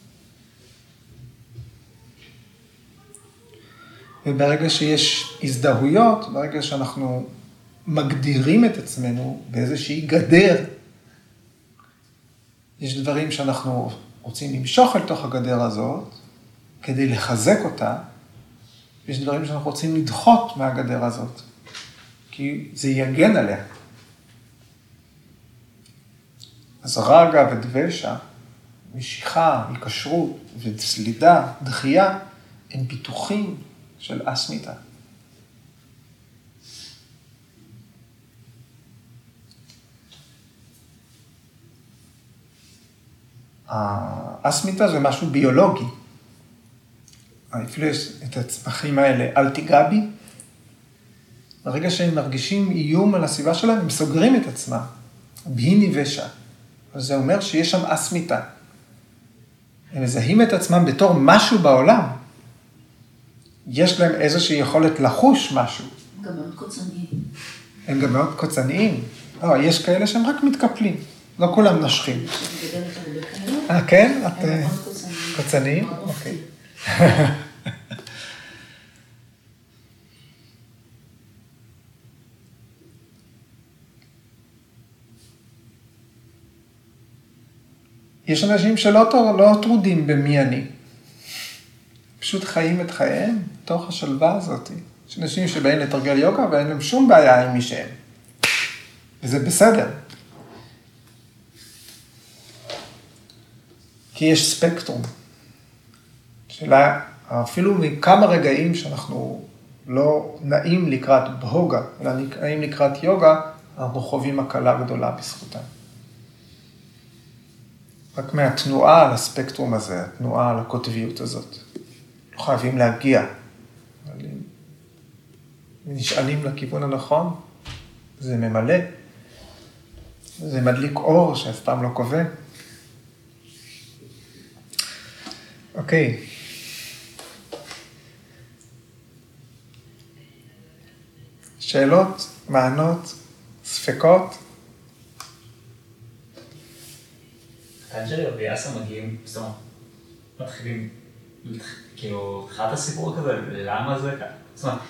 וברגע שיש הזדהויות, ברגע שאנחנו מגדירים את עצמנו באיזושהי גדר, יש דברים שאנחנו רוצים למשוך אל תוך הגדר הזאת, כדי לחזק אותה, יש דברים שאנחנו רוצים לדחות מהגדר הזאת, כי זה יגן עליה. אז רגע ודבשה, משיכה, היקשרות וסלידה, דחייה, הם פיתוחים של אסמיתה. האסמיתה זה משהו ביולוגי. אפילו יש את הצמחים האלה, אל תיגע בי. ברגע שהם מרגישים איום על הסביבה שלהם, הם סוגרים את עצמם. בהיני ושע. אז זה אומר שיש שם אסמיתה. הם מזהים את עצמם בתור משהו בעולם. יש להם איזושהי יכולת לחוש משהו. גם מאוד קוצניים. הם גם מאוד קוצניים. לא, יש כאלה שהם רק מתקפלים. לא כולם נושכים. אה, כן? את קוצניים? אוקיי. יש אנשים שלא לא טרודים במי אני. פשוט חיים את חייהם תוך השלווה הזאת. יש אנשים שבאים לתרגל יוגה ואין להם שום בעיה עם מי שהם. וזה בסדר. כי יש ספקטרום. שאלה, אפילו מכמה רגעים שאנחנו לא נעים לקראת בהוגה, אלא נעים לקראת יוגה, אנחנו חווים הקלה גדולה בזכותם. רק מהתנועה על הספקטרום הזה, התנועה על הקוטביות הזאת. לא חייבים להגיע. אבל אם נשאלים לכיוון הנכון, זה ממלא. זה מדליק אור שאף פעם לא קובע. אוקיי. שאלות, מענות, ספקות? פטנג'לי וביאסה מגיעים, זאת אומרת, מתחילים כאילו, התחלת הסיפור כזה, למה זה ככה? זאת אומרת,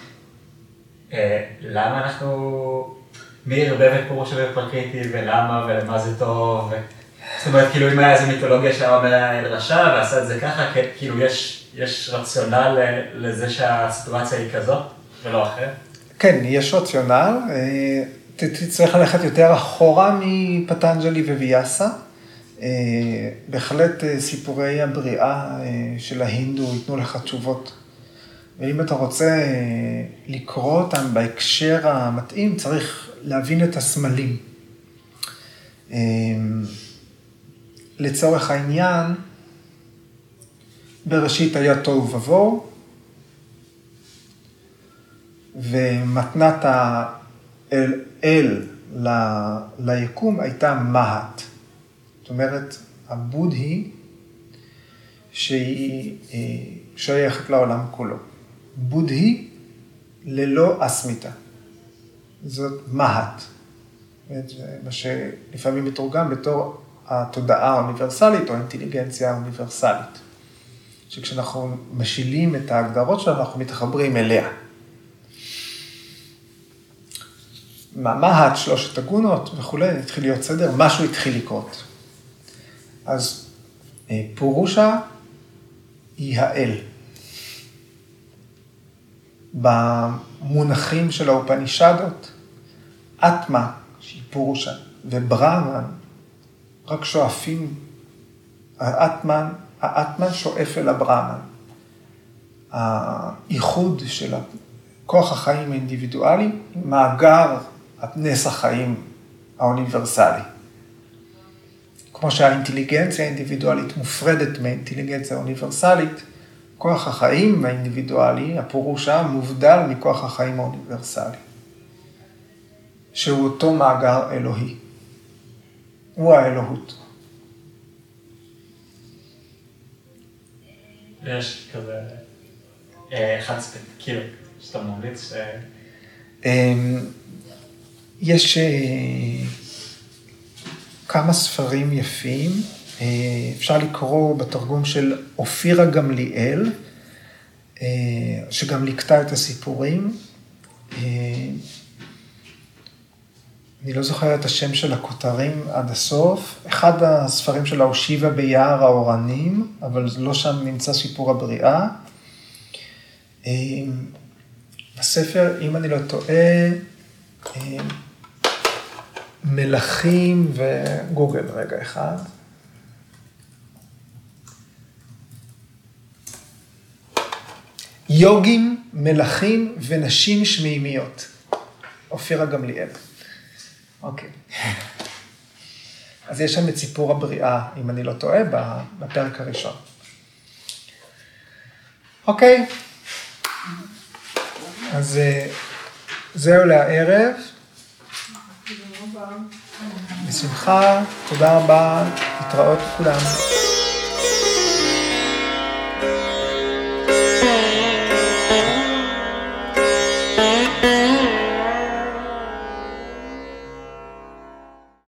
למה אנחנו, מי ערבב את פורושה ופרקריטי, ולמה, ולמה זה טוב, זאת אומרת, כאילו, אם היה איזו מיתולוגיה שהיה אומר אל רשע, ועשה את זה ככה, כאילו, יש רציונל לזה שהסיטואציה היא כזאת, ולא אחרת? כן, יש רציונל. תצטרך ללכת יותר אחורה מפטנג'לי וויאסה. בהחלט סיפורי הבריאה של ההינדו ייתנו לך תשובות. ואם אתה רוצה לקרוא אותם בהקשר המתאים, צריך להבין את הסמלים. לצורך העניין, בראשית היה תוהו ובוהו, ומתנת האל אל ל, ליקום הייתה מהת. זאת אומרת, הבודהי שהיא שייכת לעולם כולו. בודהי ללא אסמיתה. זאת מהת. זה מה שלפעמים מתורגם בתור התודעה האוניברסלית או האינטליגנציה האוניברסלית. שכשאנחנו משילים את ההגדרות שלנו, אנחנו מתחברים אליה. מהת, שלושת הגונות וכולי, התחיל להיות סדר, משהו התחיל לקרות. אז פורושה היא האל. במונחים של האופנישדות, אטמה, שהיא פורושה, וברהמן, רק שואפים, האטמן, האטמן שואף אל הברהמן. האיחוד של כוח החיים האינדיבידואלי, מאגר נס החיים האוניברסלי. כמו שהאינטליגנציה האינדיבידואלית מופרדת מהאינטליגנציה האוניברסלית, כוח החיים האינדיבידואלי, הפורושה, מובדל מכוח החיים האוניברסלי. שהוא אותו מאגר אלוהי. הוא האלוהות. יש כזה, אחד ספציפי, שאתה ממליץ ש... יש כמה ספרים יפים, אפשר לקרוא בתרגום של אופירה גמליאל, שגם לקטע את הסיפורים. אני לא זוכר את השם של הכותרים עד הסוף. אחד הספרים של הושיבה ביער האורנים, אבל לא שם נמצא סיפור הבריאה. בספר, אם אני לא טועה, מלכים וגוגל, רגע אחד. יוגים, מלכים ונשים שמימיות. אופירה גמליאל. אוקיי. אז יש שם את סיפור הבריאה, אם אני לא טועה, בפרק הראשון. אוקיי. אז זהו לערב. בשמחה, תודה רבה, התראות לכולם.